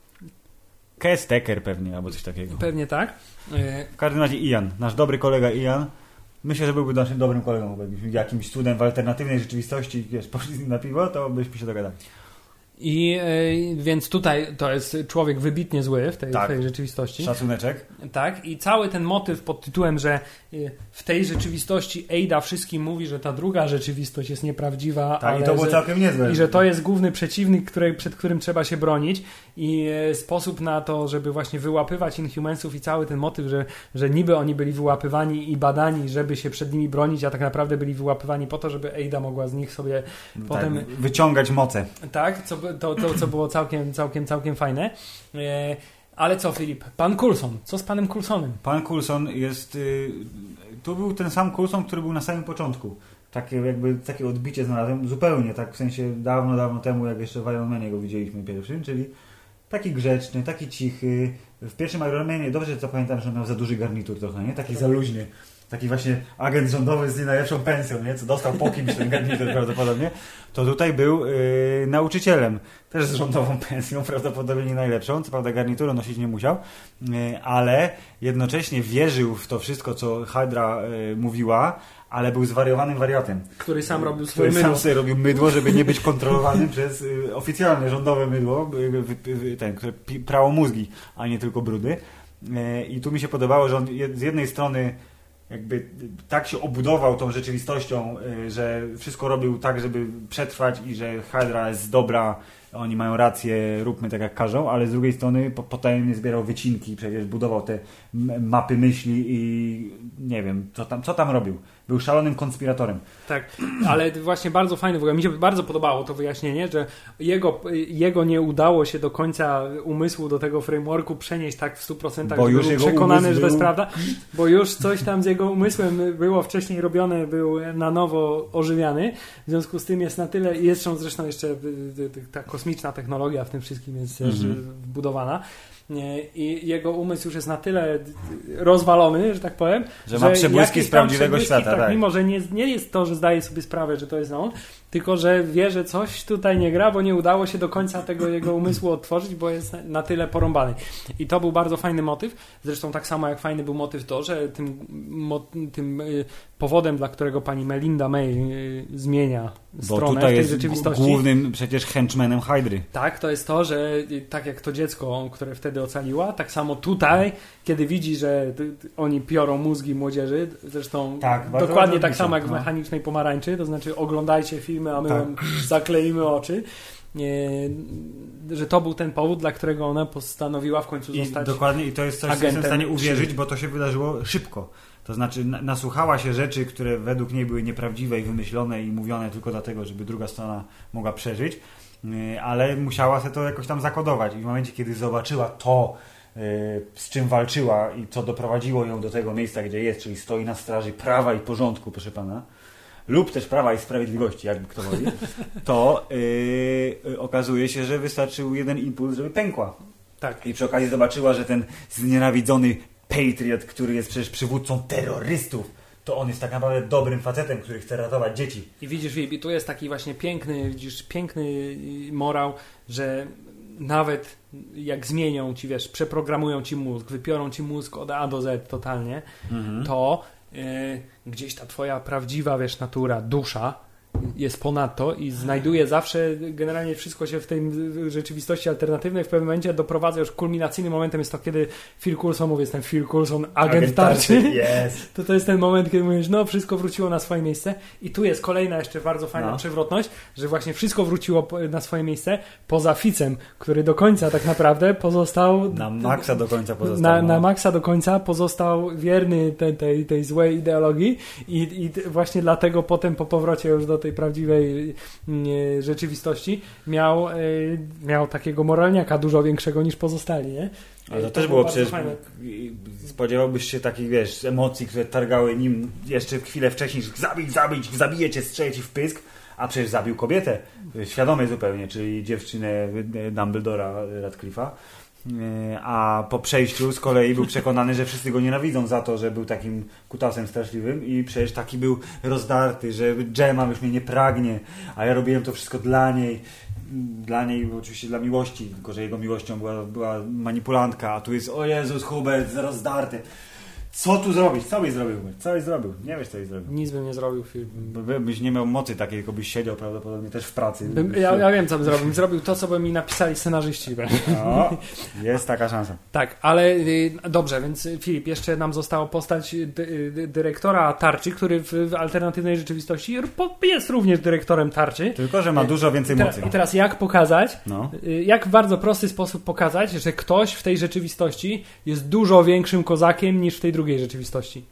Kesteker pewnie, albo coś takiego. Pewnie tak. W każdym razie Ian, nasz dobry kolega Ian. Myślę, że byłby naszym dobrym kolegą, bo jakimś cudem w alternatywnej rzeczywistości, wiesz, poszli z nim na piwo, to byśmy się dogadali. I y, więc tutaj to jest człowiek wybitnie zły w tej, tak. w tej rzeczywistości. Szacuneczek. Tak, i cały ten motyw pod tytułem, że y, w tej rzeczywistości Ada wszystkim mówi, że ta druga rzeczywistość jest nieprawdziwa. Tak, ale i to było że, całkiem niezłe. I że to jest główny przeciwnik, który, przed którym trzeba się bronić. I y, sposób na to, żeby właśnie wyłapywać Inhumansów i cały ten motyw, że, że niby oni byli wyłapywani i badani, żeby się przed nimi bronić, a tak naprawdę byli wyłapywani po to, żeby Ada mogła z nich sobie tak, potem wyciągać moce. Tak, co, to, to co było całkiem, całkiem, całkiem fajne. E, ale co, Filip? Pan Coulson. Co z panem Coulsonem? Pan Coulson jest... Y, tu był ten sam Coulson, który był na samym początku. Takie jakby takie odbicie znalazłem zupełnie, tak w sensie dawno, dawno temu, jak jeszcze w Iron Manie go widzieliśmy pierwszym, czyli taki grzeczny, taki cichy. W pierwszym Iron Manie, dobrze co pamiętam, że miał za duży garnitur trochę, nie? Taki za luźny. Taki właśnie agent rządowy z nie najlepszą pensją, nie? Co dostał po kimś ten garnitur prawdopodobnie, to tutaj był yy, nauczycielem, też z rządową pensją, prawdopodobnie nie najlepszą, co prawda garniturę nosić nie musiał, yy, ale jednocześnie wierzył w to wszystko, co Hydra yy, mówiła, ale był zwariowanym wariatem. Który sam robił swoje który mydło. sam sobie robił mydło, żeby nie być kontrolowanym przez yy, oficjalne rządowe mydło, yy, yy, ten, które prało mózgi, a nie tylko brudy. Yy, I tu mi się podobało, że on z jednej strony jakby tak się obudował tą rzeczywistością, że wszystko robił tak, żeby przetrwać i że Hydra jest dobra oni mają rację, róbmy tak jak każą, ale z drugiej strony potajemnie zbierał wycinki, przecież budował te mapy myśli i nie wiem, co tam, co tam robił. Był szalonym konspiratorem. Tak, ale właśnie bardzo fajne, w ogóle mi się bardzo podobało to wyjaśnienie, że jego, jego nie udało się do końca umysłu do tego frameworku przenieść tak w stu procentach, bo że już był jego przekonany, że to jest był... prawda, bo już coś tam z jego umysłem było wcześniej robione, był na nowo ożywiany, w związku z tym jest na tyle, jest zresztą jeszcze ta kosmiczna technologia w tym wszystkim jest mm-hmm. wbudowana. I jego umysł już jest na tyle rozwalony, że tak powiem, że, że ma przebłyski z prawdziwego świata. Tak, tak. Mimo, że nie, nie jest to, że zdaje sobie sprawę, że to jest on, tylko że wie, że coś tutaj nie gra, bo nie udało się do końca tego jego umysłu otworzyć, bo jest na tyle porąbany. I to był bardzo fajny motyw. Zresztą tak samo jak fajny był motyw to, że tym, mo, tym powodem, dla którego pani Melinda May zmienia bo stronę tutaj w tej jest rzeczywistości. Głównym przecież henchmanem Hydry. Tak, to jest to, że tak jak to dziecko, które wtedy ocaliła, tak samo tutaj, kiedy widzi, że oni piorą mózgi młodzieży, zresztą tak, dokładnie tak się, samo jak w no. Mechanicznej Pomarańczy, to znaczy oglądajcie filmy, a my tak. wam zakleimy oczy. Nie, że to był ten powód, dla którego ona postanowiła w końcu I zostać dokładnie, i to jest coś, co jestem w stanie uwierzyć, bo to się wydarzyło szybko. To znaczy nasłuchała się rzeczy, które według niej były nieprawdziwe i wymyślone i mówione tylko dlatego, żeby druga strona mogła przeżyć, ale musiała sobie to jakoś tam zakodować i w momencie, kiedy zobaczyła to, z czym walczyła i co doprowadziło ją do tego miejsca, gdzie jest, czyli stoi na straży prawa i porządku, proszę pana, lub też prawa i sprawiedliwości, jakby kto woli, to yy, okazuje się, że wystarczył jeden impuls, żeby pękła. Tak. I przy okazji zobaczyła, że ten znienawidzony Patriot, który jest przecież przywódcą terrorystów, to on jest tak naprawdę dobrym facetem, który chce ratować dzieci. I widzisz, i tu jest taki właśnie piękny, widzisz, piękny morał, że nawet jak zmienią ci, wiesz, przeprogramują ci mózg, wypiorą ci mózg od A do Z totalnie, mhm. to yy, gdzieś ta twoja prawdziwa, wiesz, natura, dusza jest ponadto i znajduje zawsze, generalnie wszystko się w tej rzeczywistości alternatywnej w pewnym momencie doprowadza, już kulminacyjnym momentem jest to, kiedy Phil Coulson mówi, jestem Phil Coulson, agent, agent tarczy, yes. to to jest ten moment, kiedy mówisz, no wszystko wróciło na swoje miejsce i tu jest kolejna jeszcze bardzo fajna no. przewrotność, że właśnie wszystko wróciło na swoje miejsce poza Ficem, który do końca tak naprawdę pozostał na maksa do końca pozostał na, no. na maksa do końca pozostał wierny tej, tej, tej złej ideologii i, i właśnie dlatego potem po powrocie już do tej prawdziwej nie, rzeczywistości miał, e, miał takiego moralniaka dużo większego niż pozostali, nie? Ale to, to też było przecież fajne. Spodziewałbyś się takich, wiesz, emocji, które targały nim jeszcze chwilę wcześniej, że zabić, zabić, zabijecie, strzeli ci w pysk, a przecież zabił kobietę, świadomie zupełnie, czyli dziewczynę Dumbledora Radcliffe'a. A po przejściu z kolei był przekonany, że wszyscy go nienawidzą za to, że był takim kutasem straszliwym i przecież taki był rozdarty, że Gemma już mnie nie pragnie, a ja robiłem to wszystko dla niej, dla niej oczywiście dla miłości, tylko że jego miłością była, była manipulantka, a tu jest o Jezus Hubert, rozdarty. Co tu zrobić? Co byś zrobił? Co byś zrobił? Nie wiesz, co byś zrobił. Nic bym nie zrobił. By, byś nie miał mocy takiej, tylko byś siedział prawdopodobnie też w pracy. Bym, ja, ja wiem, co bym zrobił. Zrobił to, co by mi napisali scenarzyści. No, jest taka szansa. Tak, ale y, dobrze, więc Filip, jeszcze nam zostało postać dy, dy, dyrektora Tarczy, który w, w alternatywnej rzeczywistości jest również dyrektorem Tarczy. Tylko, że ma dużo więcej mocy. I teraz jak pokazać, no. y, jak w bardzo prosty sposób pokazać, że ktoś w tej rzeczywistości jest dużo większym kozakiem niż w tej drugiej rzeczywistości.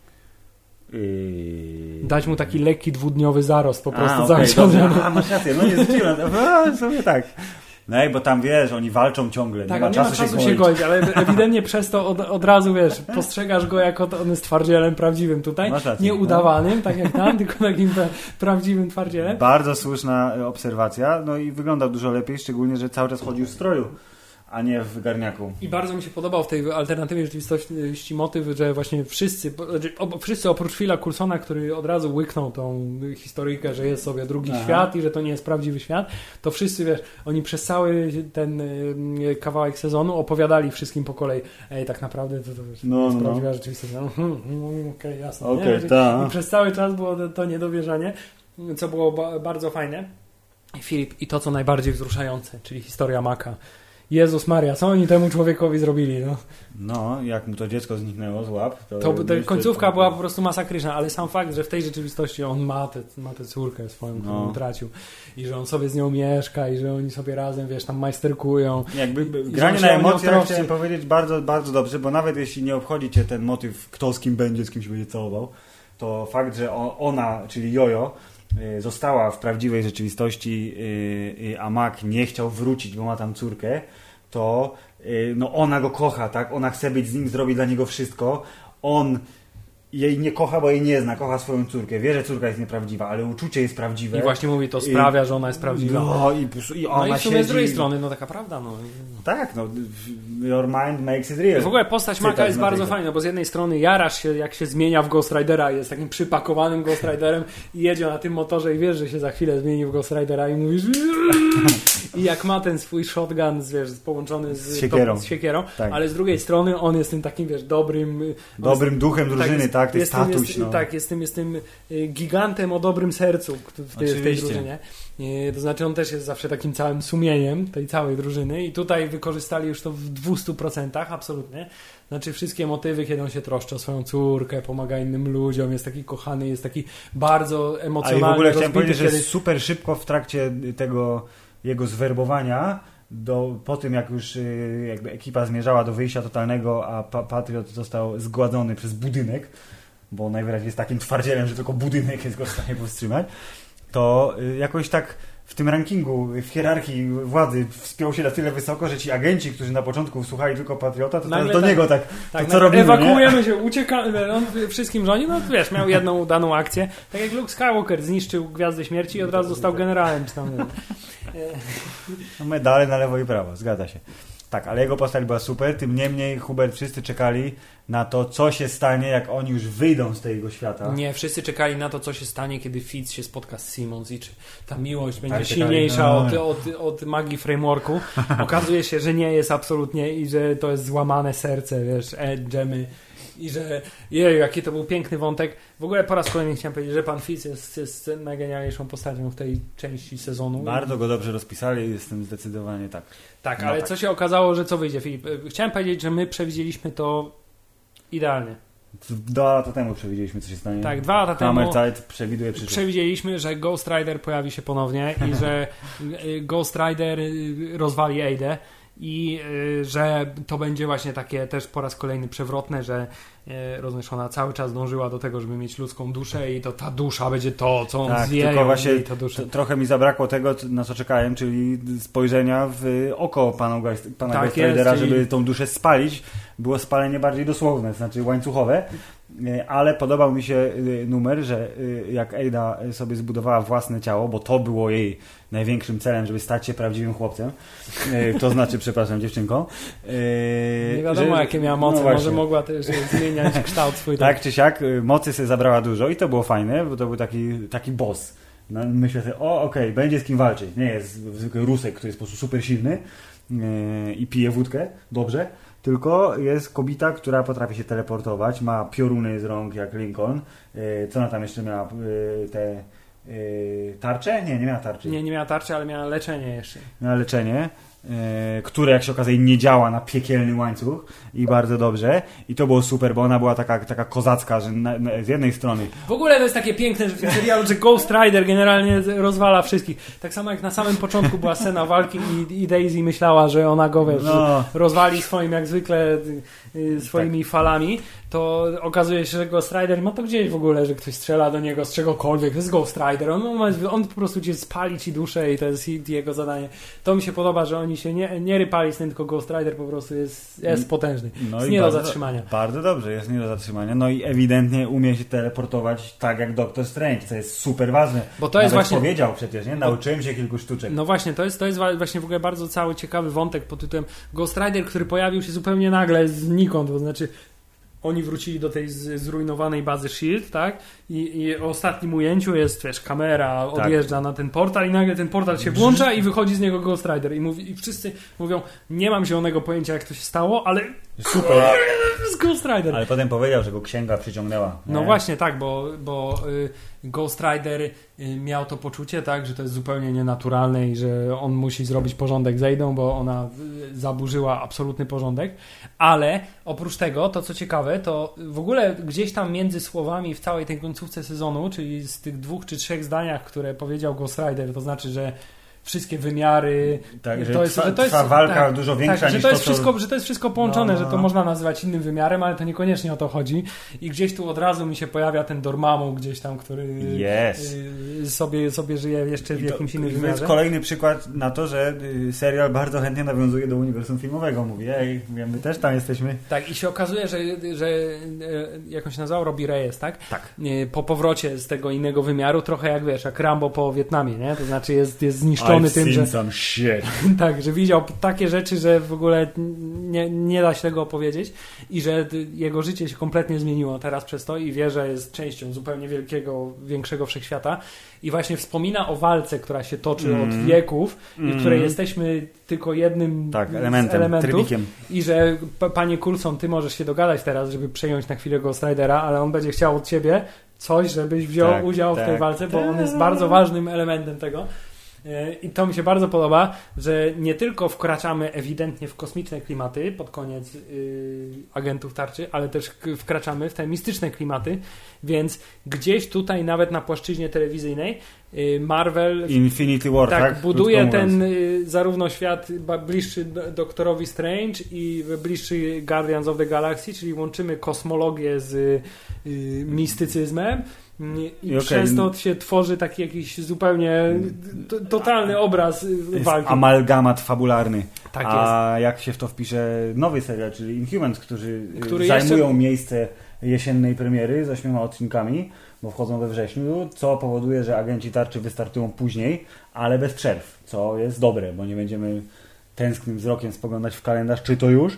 Yy... Dać mu taki lekki dwudniowy zarost po prostu. A, okay, a masz rację, no nie zwróciłem. No, sobie tak. No i bo tam wiesz, oni walczą ciągle, tak, nie ma nie czasu, ma czasu się, się godzić, ale ewidentnie przez to od, od razu wiesz, postrzegasz go jako to, on jest twardzielem prawdziwym tutaj, rację, nie udawanym, no. tak jak tam, tylko takim prawdziwym twardzielem. Bardzo słuszna obserwacja, no i wygląda dużo lepiej, szczególnie, że cały czas chodził w stroju, a nie w garniaku. I bardzo mi się podobał w tej alternatywnej rzeczywistości motyw, że właśnie wszyscy, wszyscy oprócz Phila Coulsona, który od razu łyknął tą historyjkę, że jest sobie drugi Aha. świat i że to nie jest prawdziwy świat, to wszyscy, wiesz, oni przez cały ten kawałek sezonu opowiadali wszystkim po kolei, ej, tak naprawdę to, to, to no, jest no. prawdziwa rzeczywistość. No, hmm, okej, okay, jasne. Okay, ta. I przez cały czas było to, to niedowierzanie, co było ba- bardzo fajne. Filip, i to, co najbardziej wzruszające, czyli historia Maka. Jezus Maria, co oni temu człowiekowi zrobili, no. No, jak mu to dziecko zniknęło z łap, to... To, to końcówka to... była po prostu masakryczna, ale sam fakt, że w tej rzeczywistości on ma tę ma tę córkę swoją, którą no. utracił i że on sobie z nią mieszka i że oni sobie razem, wiesz, tam majsterkują. Jakby granie na emocjach, chciałem powiedzieć, bardzo, bardzo dobrze, bo nawet jeśli nie obchodzi cię ten motyw, kto z kim będzie, z kim się będzie całował, to fakt, że ona, czyli Jojo, została w prawdziwej rzeczywistości, a Mac nie chciał wrócić, bo ma tam córkę, to no ona go kocha, tak? Ona chce być z nim, zrobi dla niego wszystko. On jej nie kocha, bo jej nie zna, kocha swoją córkę. Wie, że córka jest nieprawdziwa, ale uczucie jest prawdziwe. I właśnie mówi, to sprawia, I, że ona jest prawdziwa. No i, i ona no i w sumie siedzi... z drugiej strony, no taka prawda. No. Tak, no your mind makes it real. W ogóle postać Maca jest bardzo fajna, bo z jednej strony jarasz się, jak się zmienia w Ghost Ridera, jest takim przypakowanym Ghost Riderem i jedzie na tym motorze i wiesz, że się za chwilę zmieni w Ghost Ridera i mówisz i jak ma ten swój shotgun, wiesz, połączony z, z siekierą, to, z siekierą tak. Ale z drugiej strony on jest tym takim, wiesz, dobrym... Dobrym duchem drużyny, tak? tak to jest tatuś, jest, no. Tak, jest tym, jest tym gigantem o dobrym sercu w tej, w tej drużynie. To znaczy on też jest zawsze takim całym sumieniem tej całej drużyny i tutaj wykorzystali już to w dwieście procent absolutnie. Znaczy wszystkie motywy, kiedy on się troszczy o swoją córkę, pomaga innym ludziom, jest taki kochany, jest taki bardzo emocjonalny. A i w ogóle chciałem powiedzieć, kiedy... że super szybko w trakcie tego jego zwerbowania do, po tym jak już jakby ekipa zmierzała do wyjścia totalnego, a pa- Patriot został zgładzony przez budynek, bo najwyraźniej jest takim twardzielem, że tylko budynek jest go w stanie powstrzymać, to jakoś tak w tym rankingu, w hierarchii władzy wspiął się na tyle wysoko, że ci agenci, którzy na początku słuchali tylko Patriota, to teraz do tak, niego tak, tak to co robimy, ewakuujemy nie? się, uciekamy, on wszystkim rządzi, no wiesz, miał jedną udaną akcję, tak jak Luke Skywalker zniszczył Gwiazdę Śmierci i od razu został generałem, czy tam no, medale na lewo i prawo, zgadza się. Tak, ale jego postać była super, tym niemniej Hubert, wszyscy czekali na to, co się stanie, jak oni już wyjdą z tego świata. Nie, wszyscy czekali na to, co się stanie, kiedy Fitz się spotka z Simmons i czy ta miłość będzie tak, silniejsza no. od, od, od magii frameworku. Okazuje się, że nie jest absolutnie i że to jest złamane serce, wiesz, Ed, Dżemy i że jeju, jaki to był piękny wątek. W ogóle po raz kolejny chciałem powiedzieć, że pan Fitz jest, jest najgenialniejszą postacią w tej części sezonu. Bardzo go dobrze rozpisali, jestem zdecydowanie tak. Tak, no ale tak. co się okazało, że co wyjdzie, Filip? Chciałem powiedzieć, że my przewidzieliśmy to idealnie. Dwa lata temu przewidzieliśmy, co się stanie. Tak, dwa lata Hammer temu Tide przewiduje przyszłość. Przewidzieliśmy, że Ghost Rider pojawi się ponownie i że Ghost Rider rozwali Eidę i y, że to będzie właśnie takie też po raz kolejny przewrotne, że y, rozumiesz, ona cały czas dążyła do tego, żeby mieć ludzką duszę i to ta dusza będzie to, co on tak, zje. Tylko właśnie to duszę. trochę mi zabrakło tego, na co czekałem, czyli spojrzenia w oko pana, pana tak Ghost Ridera, jest, żeby tą duszę spalić. Było spalenie bardziej dosłowne, znaczy łańcuchowe, ale podobał mi się numer, że jak Eida sobie zbudowała własne ciało, bo to było jej największym celem, żeby stać się prawdziwym chłopcem, to znaczy, przepraszam, dziewczynką. Nie wiadomo, że, jakie miała moce, no może mogła też zmieniać kształt swój. Tak czy siak, mocy sobie zabrała dużo i to było fajne, bo to był taki, taki boss. No, myślę sobie, o okej, okay, będzie z kim walczyć. Nie jest zwykły Rusek, który jest po prostu super silny i pije wódkę, dobrze. Tylko jest kobieta, która potrafi się teleportować, ma pioruny z rąk jak Lincoln. Co ona tam jeszcze miała? Te tarcze? Nie, nie miała tarczy. Nie, nie miała tarczy, ale miała leczenie jeszcze. Miała leczenie, które jak się okazuje nie działa na piekielny łańcuch i bardzo dobrze. I to było super, bo ona była taka, taka kozacka, że na, na, z jednej strony... W ogóle to jest takie piękne, że w tym serialu, że Ghost Rider generalnie rozwala wszystkich. Tak samo jak na samym początku była scena walki i, i Daisy myślała, że ona go wiesz, no. rozwali swoim jak zwykle swoimi tak. falami, to okazuje się, że Ghost Rider ma to gdzieś w ogóle, że ktoś strzela do niego z czegokolwiek. To jest Ghost Rider. On, on, on po prostu cię spali ci duszę i to jest jego zadanie. To mi się podoba, że oni się nie, nie rypali z tym, tylko Ghost Rider po prostu jest, jest potężny. No jest nie bardzo, do zatrzymania. Bardzo dobrze, jest nie do zatrzymania. No i ewidentnie umie się teleportować tak jak Doctor Strange, co jest super ważne. Bo to jest Nawet właśnie... powiedział przecież, nie? Nauczyłem się kilku sztuczek. No właśnie, to jest, to jest właśnie w ogóle bardzo cały ciekawy wątek pod tytułem Ghost Rider, który pojawił się zupełnie nagle znikąd, to znaczy oni wrócili do tej zrujnowanej bazy Shield, tak? I, i w ostatnim ujęciu jest, wiesz, kamera odjeżdża tak. na ten portal i nagle ten portal się włącza i wychodzi z niego Ghost Rider i, mówi, i wszyscy mówią, nie mam zielonego pojęcia jak to się stało, ale Super. Z Ghost Rider. Ale potem powiedział, że go księga przyciągnęła. Nie? No właśnie tak, bo, bo y, Ghost Rider y, miał to poczucie, tak, że to jest zupełnie nienaturalne i że on musi zrobić porządek z Eidą, bo ona y, zaburzyła absolutny porządek. Ale oprócz tego, to co ciekawe, to w ogóle gdzieś tam między słowami w całej tej końcówce sezonu, czyli z tych dwóch czy trzech zdaniach, które powiedział Ghost Rider, to znaczy, że wszystkie wymiary. Tak, że to jest, trwa, że to jest, trwa walka tak, dużo większa tak, niż że to jest to, co... wszystko, że to jest wszystko połączone, no, no, no. że to można nazywać innym wymiarem, ale to niekoniecznie o to chodzi. I gdzieś tu od razu mi się pojawia ten Dormammu gdzieś tam, który yes. sobie, sobie żyje jeszcze w I to, jakimś innym to wymiarze. jest kolejny przykład na to, że serial bardzo chętnie nawiązuje do uniwersum filmowego. Mówi, ej, my też tam jesteśmy. Tak, i się okazuje, że, że jak on się nazywał? Robbie Reyes, tak? Tak. Po powrocie z tego innego wymiaru, trochę jak wiesz, jak Rambo po Wietnamie, nie? To znaczy jest, jest zniszczony I've tym, seen że... some shit. Tak, że widział takie rzeczy, że w ogóle nie, nie da się tego opowiedzieć i że jego życie się kompletnie zmieniło teraz przez to i wie, że jest częścią zupełnie wielkiego, większego wszechświata i właśnie wspomina o walce, która się toczy mm. od wieków i mm. w której jesteśmy tylko jednym tak, z elementem, elementów trybikiem. I że p- panie Coulson, ty możesz się dogadać teraz, żeby przejąć na chwilę Ghost Ridera, ale on będzie chciał od ciebie coś, żebyś wziął tak, udział tak, w tej walce, bo tak. on jest bardzo ważnym elementem tego. I to mi się bardzo podoba, że nie tylko wkraczamy ewidentnie w kosmiczne klimaty pod koniec yy, Agentów Tarczy, ale też k- wkraczamy w te mistyczne klimaty, więc gdzieś tutaj nawet na płaszczyźnie telewizyjnej yy, Marvel Infinity War, tak, tak? buduje ten yy, zarówno świat ba- bliższy do, Doktorowi Strange i bliższy Guardians of the Galaxy, czyli łączymy kosmologię z yy, mistycyzmem. I, I okay. przez to się tworzy taki jakiś zupełnie to, totalny obraz jest walki. Amalgamat fabularny. Tak A jest. jak się w to wpisze nowy serial, czyli Inhumans, którzy Który zajmują jeszcze... miejsce jesiennej premiery z ośmioma odcinkami, bo wchodzą we wrześniu, co powoduje, że agenci tarczy wystartują później, ale bez przerw, co jest dobre, bo nie będziemy tęsknym wzrokiem spoglądać w kalendarz, czy to już.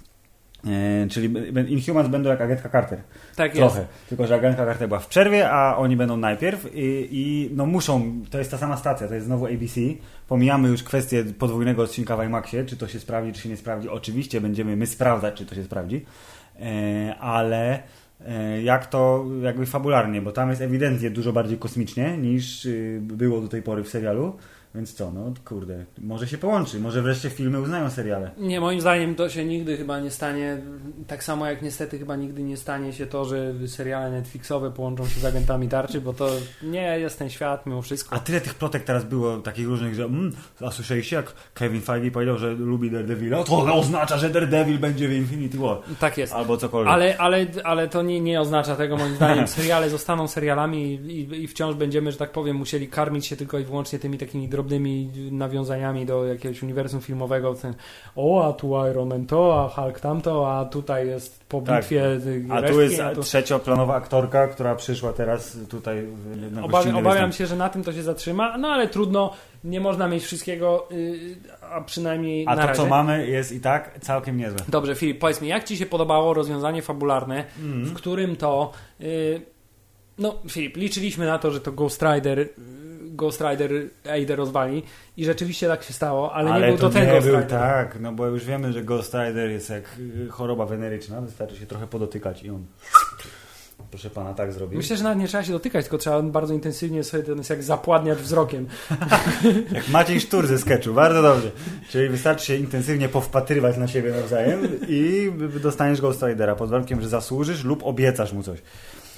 Yy, czyli Inhumans będą jak agentka Carter. Tak Trochę. jest. Tylko, że agentka Carter była w przerwie, a oni będą najpierw i, i no muszą, to jest ta sama stacja, to jest znowu A B C. Pomijamy już kwestię podwójnego odcinka w IMAXie, czy to się sprawdzi, czy się nie sprawdzi. Oczywiście będziemy my sprawdzać, czy to się sprawdzi, yy, ale yy, jak to jakby fabularnie, bo tam jest ewidentnie dużo bardziej kosmicznie niż yy, było do tej pory w serialu. Więc co, no kurde, może się połączy, może wreszcie filmy uznają seriale. Nie, moim zdaniem to się nigdy chyba nie stanie, tak samo jak niestety chyba nigdy nie stanie się to, że seriale Netflixowe połączą się z agentami tarczy, bo to nie jest ten świat mimo wszystko. A tyle tych plotek teraz było takich różnych, że mm, a słyszeliście jak Kevin Feige powiedział, że lubi Daredevila, to oznacza, że Daredevil będzie w Infinity War. Tak jest. Albo cokolwiek. Ale, ale, ale to nie, nie oznacza tego moim zdaniem. Seriale zostaną serialami i, i, i wciąż będziemy, że tak powiem, musieli karmić się tylko i wyłącznie tymi takimi drobnymi nawiązaniami do jakiegoś uniwersum filmowego. Ten, o, a tu Iron Man to, a Hulk tamto, a tutaj jest po bitwie tak. A resztki, tu jest a tu... trzecioplanowa aktorka, która przyszła teraz tutaj na Obawiam, obawiam się, że na tym to się zatrzyma, no ale trudno, nie można mieć wszystkiego, yy, a przynajmniej a na to, razie. co mamy, jest i tak całkiem niezłe. Dobrze, Filip, powiedz mi, jak Ci się podobało rozwiązanie fabularne, mm. w którym to yy, no, Filip, liczyliśmy na to, że to Ghost Rider Ghost Rider Eidę rozwali i rzeczywiście tak się stało, ale, ale nie był to, to ten nie Ghost był, Rider. Tak, no bo już wiemy, że Ghost Rider jest jak choroba weneryczna, wystarczy się trochę podotykać i on proszę pana tak zrobił. Myślę, że nawet nie trzeba się dotykać, tylko trzeba bardzo intensywnie sobie, to jest jak zapładniać wzrokiem. Jak Maciej Sztur ze sketchu, bardzo dobrze. Czyli wystarczy się intensywnie powpatrywać na siebie nawzajem i dostaniesz Ghost Ridera pod warunkiem, że zasłużysz lub obiecasz mu coś.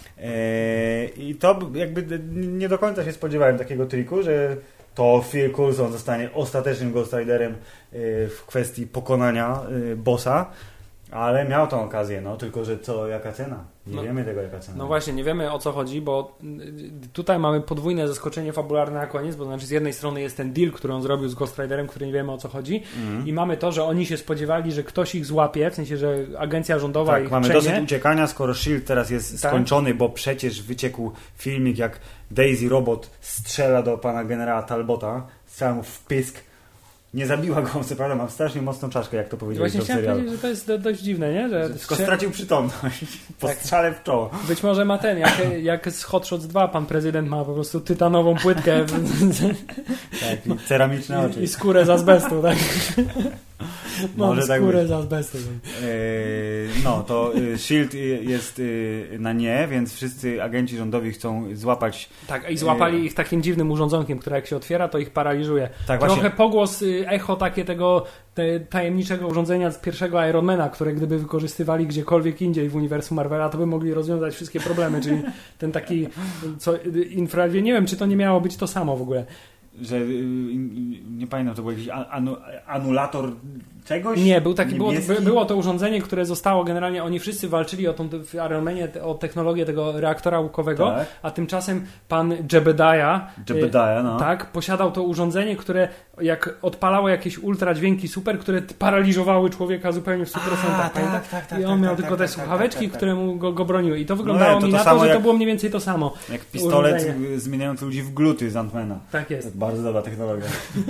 I to jakby nie do końca się spodziewałem takiego triku, że to Phil Coulson zostanie ostatecznym Ghost Riderem w kwestii pokonania bossa, ale miał tą okazję, no tylko że co, jaka cena? Nie no, wiemy tego, jaka cena. No właśnie, nie wiemy o co chodzi, bo tutaj mamy podwójne zaskoczenie fabularne na koniec, bo znaczy z jednej strony jest ten deal, który on zrobił z Ghost Riderem, który nie wiemy o co chodzi mm. i mamy to, że oni się spodziewali, że ktoś ich złapie, w sensie, że agencja rządowa tak, ich mamy przejmie. dosyć uciekania, skoro Shield teraz jest tak. skończony, bo przecież wyciekł filmik, jak Daisy Robot strzela do pana generała Talbota, strzela mu w pysk. Nie zabiła go, co prawda, mam strasznie mocną czaszkę, jak to powiedziałeś w serialu. Właśnie chciałem powiedzieć, że to jest do, dość dziwne, nie? Że Tylko strze... stracił przytomność. Po tak. strzale w czoło. Być może ma ten, jak, jak z Hot Shots dwa pan prezydent ma po prostu tytanową płytkę. Tak, i ceramiczne oczy. I, i skórę z azbestu, tak? Może tak skórę być. z azbestu. No, to Shield jest na nie, więc wszyscy agenci rządowi chcą złapać... Tak, i złapali ich takim dziwnym urządzonkiem, które jak się otwiera, to ich paraliżuje. Tak, Trochę właśnie. pogłos, echo takie tego te, tajemniczego urządzenia z pierwszego Ironmana, które gdyby wykorzystywali gdziekolwiek indziej w uniwersum Marvela, to by mogli rozwiązać wszystkie problemy, czyli ten taki co, infra... Nie wiem, czy to nie miało być to samo w ogóle. Że nie pamiętam, to był jakiś anu, anulator czegoś? Nie, był taki, było, było to urządzenie, które zostało generalnie, oni wszyscy walczyli o tą, w Ironmanie o technologię tego reaktora łukowego, tak. A tymczasem pan Jebediah, Jebediah no. tak, posiadał to urządzenie, które jak odpalało jakieś ultradźwięki super, które paraliżowały człowieka zupełnie w stu procentach. Tak, tak, tak, I on tak, miał tak, tylko tak, te tak, słuchaweczki, tak, tak, które mu go, go broniły. I to wyglądało no, to mi to na to, że jak, to było mniej więcej to samo. Jak pistolet urządzenie. Zmieniający ludzi w gluty z Ant-Mana. Tak jest. Bardzo dobra technologia.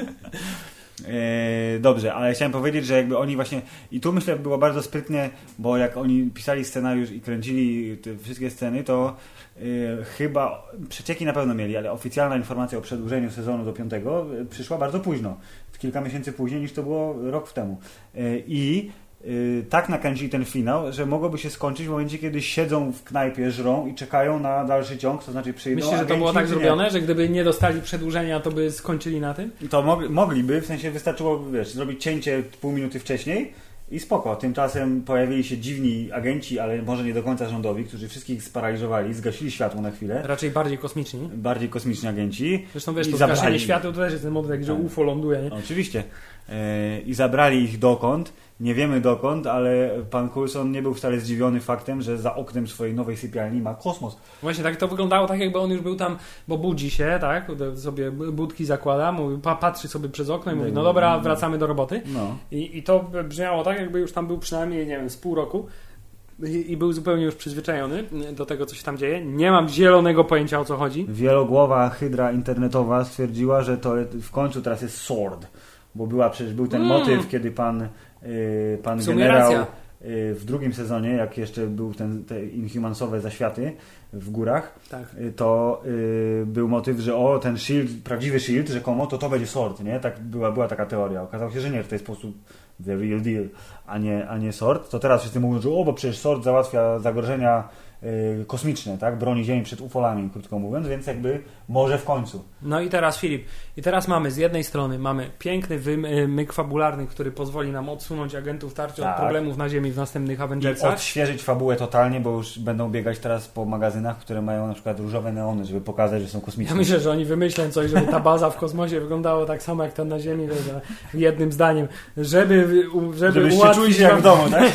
E, dobrze, ale chciałem powiedzieć, że jakby oni właśnie i tu myślę było bardzo sprytnie, bo jak oni pisali scenariusz i kręcili te wszystkie sceny, to e, chyba przecieki na pewno mieli, ale oficjalna informacja o przedłużeniu sezonu do piątego e, przyszła bardzo późno, kilka miesięcy później niż to było rok temu. E, I Yy, tak nakręcili ten finał, że mogłoby się skończyć w momencie, kiedy siedzą w knajpie, żrą i czekają na dalszy ciąg, to znaczy przyjdą Myślisz, że to było tak zrobione, że gdyby nie dostali przedłużenia, to by skończyli na tym? To mog- mogliby, w sensie wystarczyło, wiesz, zrobić cięcie pół minuty wcześniej i spoko. Tymczasem pojawili się dziwni agenci, ale może nie do końca rządowi, którzy wszystkich sparaliżowali, zgasili światło na chwilę. Raczej bardziej kosmiczni. Bardziej kosmiczni agenci. Zresztą wiesz, to zgaszenie światła to też jest ten model, że U F O ląduje, nie? Oczywiście. Yy, I zabrali ich dokąd. Nie wiemy dokąd, ale pan Coulson nie był wcale zdziwiony faktem, że za oknem swojej nowej sypialni ma kosmos. Właśnie tak to wyglądało, tak jakby on już był tam, bo budzi się, tak, sobie budki zakłada, mówi, patrzy sobie przez okno i mówi, no dobra, wracamy do roboty. No. I, I to brzmiało tak, jakby już tam był przynajmniej, nie wiem, z pół roku i, i był zupełnie już przyzwyczajony do tego, co się tam dzieje. Nie mam zielonego pojęcia, o co chodzi. Wielogłowa hydra internetowa stwierdziła, że to w końcu teraz jest Sword, bo była przecież był ten mm. motyw, kiedy pan Yy, pan generał yy, w drugim sezonie, jak jeszcze był ten, te Inhumansowe zaświaty w górach, tak. yy, to yy, był motyw, że o, ten Shield, prawdziwy Shield, rzekomo, to to będzie Sword, nie? Tak była, była taka teoria. Okazało się, że nie, że to jest po prostu the real deal, a nie, a nie Sword. To teraz wszyscy mówią, że o, bo przecież Sword załatwia zagrożenia yy, kosmiczne, tak? Broni Ziemi przed ufolami, krótko mówiąc, więc jakby może w końcu. No i teraz Filip, i teraz mamy z jednej strony mamy piękny wymyk fabularny, który pozwoli nam odsunąć agentów tarczy tak. od problemów na Ziemi w następnych Avengersach. I odświeżyć fabułę totalnie, bo już będą biegać teraz po magazynach, które mają na przykład różowe neony, żeby pokazać, że są kosmiczne. Ja myślę, że oni wymyślą coś, żeby ta baza w kosmosie wyglądała tak samo jak ta na Ziemi, jednym zdaniem, żeby żeby, żeby ułatwić... się czuli się jak w domu, tak?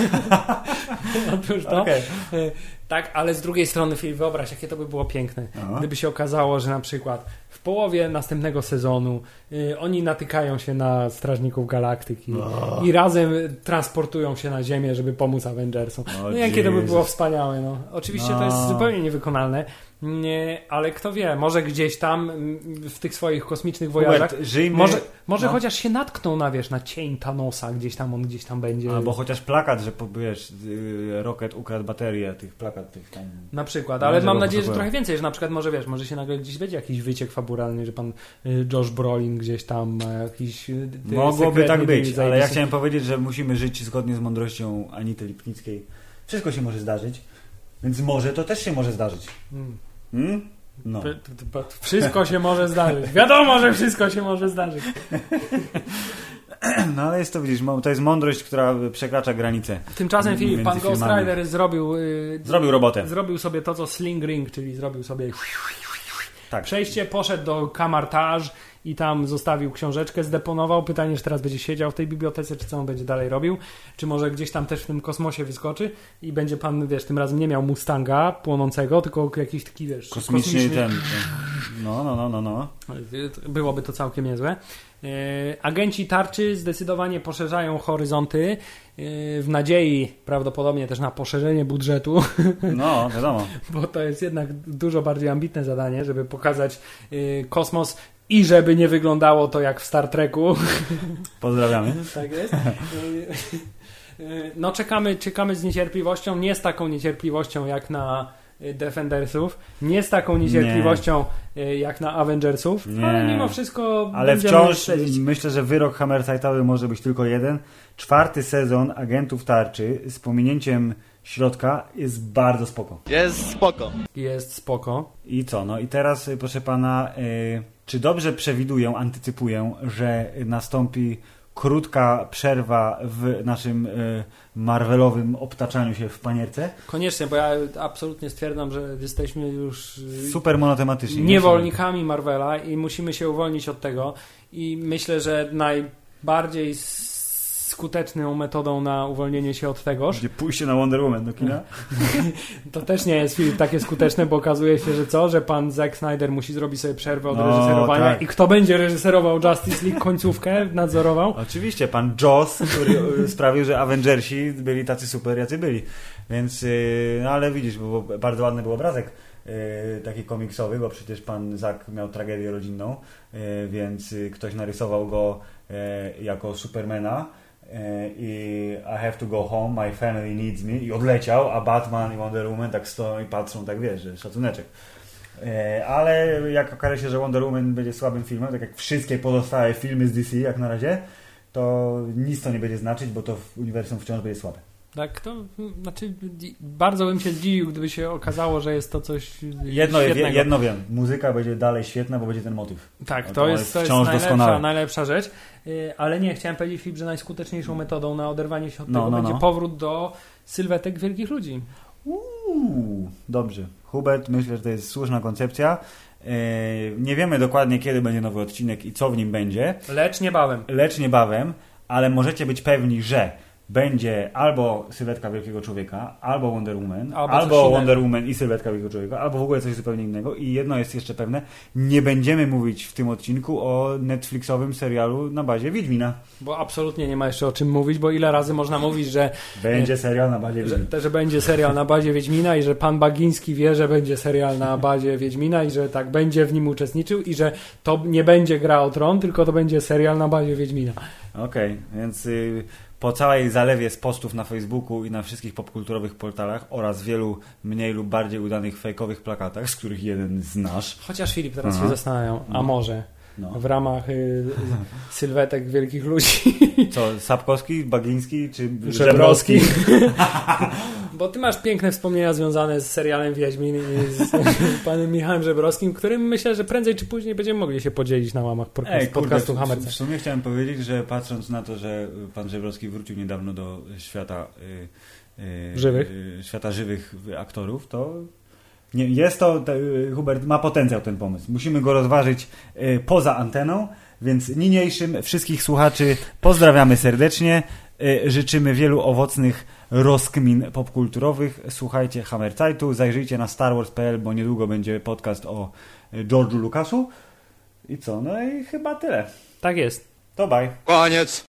Otóż to. Okay. Tak, ale z drugiej strony, Filip, wyobraź, jakie to by było piękne, Aha. gdyby się okazało, że na przykład w połowie następnego sezonu y, oni natykają się na Strażników Galaktyki oh. i razem transportują się na Ziemię, żeby pomóc Avengersom. Oh, no jakie to by było wspaniałe. No. Oczywiście no. to jest zupełnie niewykonalne, nie, ale kto wie, może gdzieś tam w tych swoich kosmicznych wojażach żyjmy... może, może no. chociaż się natkną na, wiesz, na cień Thanosa, gdzieś tam on gdzieś tam będzie. Albo chociaż plakat, że wiesz, Rocket ukradł baterię tych plakat tych tam. Na przykład, ale mam nadzieję, że trochę więcej, że na przykład może wiesz, może się nagle gdzieś będzie jakiś wyciek fabularny, że pan Josh Brolin gdzieś tam ma jakiś... Mogłoby tak być, ale ja chciałem powiedzieć, że musimy żyć zgodnie z mądrością Anity Lipnickiej. Wszystko się może zdarzyć, więc może to też się może zdarzyć. Hmm. Hmm? No. Wszystko się może zdarzyć. Wiadomo, że wszystko się może zdarzyć. No ale jest to, widzisz, to jest mądrość, która przekracza granice. Tymczasem Filip, pan Ghost Rider zrobił... Yy, zrobił robotę. Zrobił sobie to, co Sling Ring, czyli zrobił sobie... Tak. Przejście, poszedł do Kamartage i tam zostawił książeczkę, zdeponował. Pytanie, czy teraz będzie siedział w tej bibliotece, czy co on będzie dalej robił, czy może gdzieś tam też w tym kosmosie wyskoczy i będzie pan, wiesz, tym razem nie miał Mustanga płonącego, tylko jakiś taki, wiesz, kosmiczny, kosmiczny... ten. No, no, no, no, no. Byłoby to całkiem niezłe. Agenci tarczy zdecydowanie poszerzają horyzonty w nadziei prawdopodobnie też na poszerzenie budżetu. No, wiadomo. Bo to jest jednak dużo bardziej ambitne zadanie, żeby pokazać kosmos i żeby nie wyglądało to jak w Star Treku. Pozdrawiamy. Tak jest. No czekamy, czekamy z niecierpliwością, nie z taką niecierpliwością jak na Defendersów, nie z taką niecierpliwością nie. jak na Avengersów, nie. ale mimo wszystko ale wciąż śledzić. Myślę, że wyrok Hammersightowy może być tylko jeden. Czwarty sezon Agentów Tarczy z pominięciem środka jest bardzo spoko. Jest spoko. Jest spoko. I co? No i teraz, proszę pana, yy, czy dobrze przewiduję, antycypuję, że nastąpi krótka przerwa w naszym y, Marvelowym obtaczaniu się w panierce? Koniecznie, bo ja absolutnie stwierdzam, że jesteśmy już y, super monotematyczni. Niewolnikami Marvela i musimy się uwolnić od tego i myślę, że najbardziej skuteczną metodą na uwolnienie się od tegoż gdzie pójście na Wonder Woman do kina? To też nie jest film takie skuteczne, bo okazuje się, że co? Że pan Zack Snyder musi zrobić sobie przerwę od no, reżyserowania tak. i kto będzie reżyserował Justice League końcówkę, nadzorował? Oczywiście, pan Joss, który sprawił, że Avengersi byli tacy super, jacy byli. Więc, no ale widzisz, bo bardzo ładny był obrazek taki komiksowy, bo przecież pan Zack miał tragedię rodzinną, więc ktoś narysował go jako Supermana i I have to go home, my family needs me i odleciał, a Batman i Wonder Woman tak stoją i patrzą, tak wiesz, że szacuneczek. Ale jak okaże się, że Wonder Woman będzie słabym filmem, tak jak wszystkie pozostałe filmy z D C jak na razie, to nic to nie będzie znaczyć, bo to w uniwersum wciąż będzie słabe. Tak, to znaczy bardzo bym się zdziwił, gdyby się okazało, że jest to coś jedno, świetnego. Jedno wiem, muzyka będzie dalej świetna, bo będzie ten motyw. Tak, to, to, jest, jest, to jest najlepsza, najlepsza rzecz, ale nie, chciałem powiedzieć, Filip, że najskuteczniejszą metodą na oderwanie się od no, tego no, będzie no. powrót do sylwetek wielkich ludzi. Uuu, dobrze. Hubert, myślę, że to jest słuszna koncepcja. Nie wiemy dokładnie, kiedy będzie nowy odcinek i co w nim będzie. Lecz niebawem. Lecz niebawem, ale możecie być pewni, że będzie albo Sylwetka Wielkiego Człowieka, albo Wonder Woman, albo, albo Wonder Woman i Sylwetka Wielkiego Człowieka, albo w ogóle coś zupełnie innego. I jedno jest jeszcze pewne, nie będziemy mówić w tym odcinku o Netflixowym serialu na bazie Wiedźmina. Bo absolutnie nie ma jeszcze o czym mówić, bo ile razy można mówić, że będzie serial na bazie Wiedźmina. Że, że będzie serial na bazie Wiedźmina i że pan Bagiński wie, że będzie serial na bazie Wiedźmina i że tak będzie w nim uczestniczył i że to nie będzie Gra o Tron, tylko to będzie serial na bazie Wiedźmina. Okej, okay, więc... Y- Po całej zalewie z postów na Facebooku i na wszystkich popkulturowych portalach oraz wielu mniej lub bardziej udanych fejkowych plakatach, z których jeden znasz. Chociaż Filip, teraz Aha. się zastanawiam, a może no. w ramach y, sylwetek wielkich ludzi. Co, Sapkowski, Bagiński czy Żebrowski? Bo ty masz piękne wspomnienia związane z serialem Wiedźmin i z panem Michałem Żebrowskim, którym myślę, że prędzej czy później będziemy mogli się podzielić na łamach podcast, Ej, podcastu kurde, Hammerca. W, w sumie chciałem powiedzieć, że patrząc na to, że pan Żebrowski wrócił niedawno do świata y, y, żywych, y, świata żywych aktorów, to nie, jest to, te, Hubert ma potencjał ten pomysł. Musimy go rozważyć y, poza anteną, więc niniejszym wszystkich słuchaczy pozdrawiamy serdecznie. Y, życzymy wielu owocnych rozkmin popkulturowych. Słuchajcie Hammerzeitu, zajrzyjcie na star wars kropka p l, bo niedługo będzie podcast o George'u Lucasu. I co? No i chyba tyle. Tak jest. To bye. Koniec.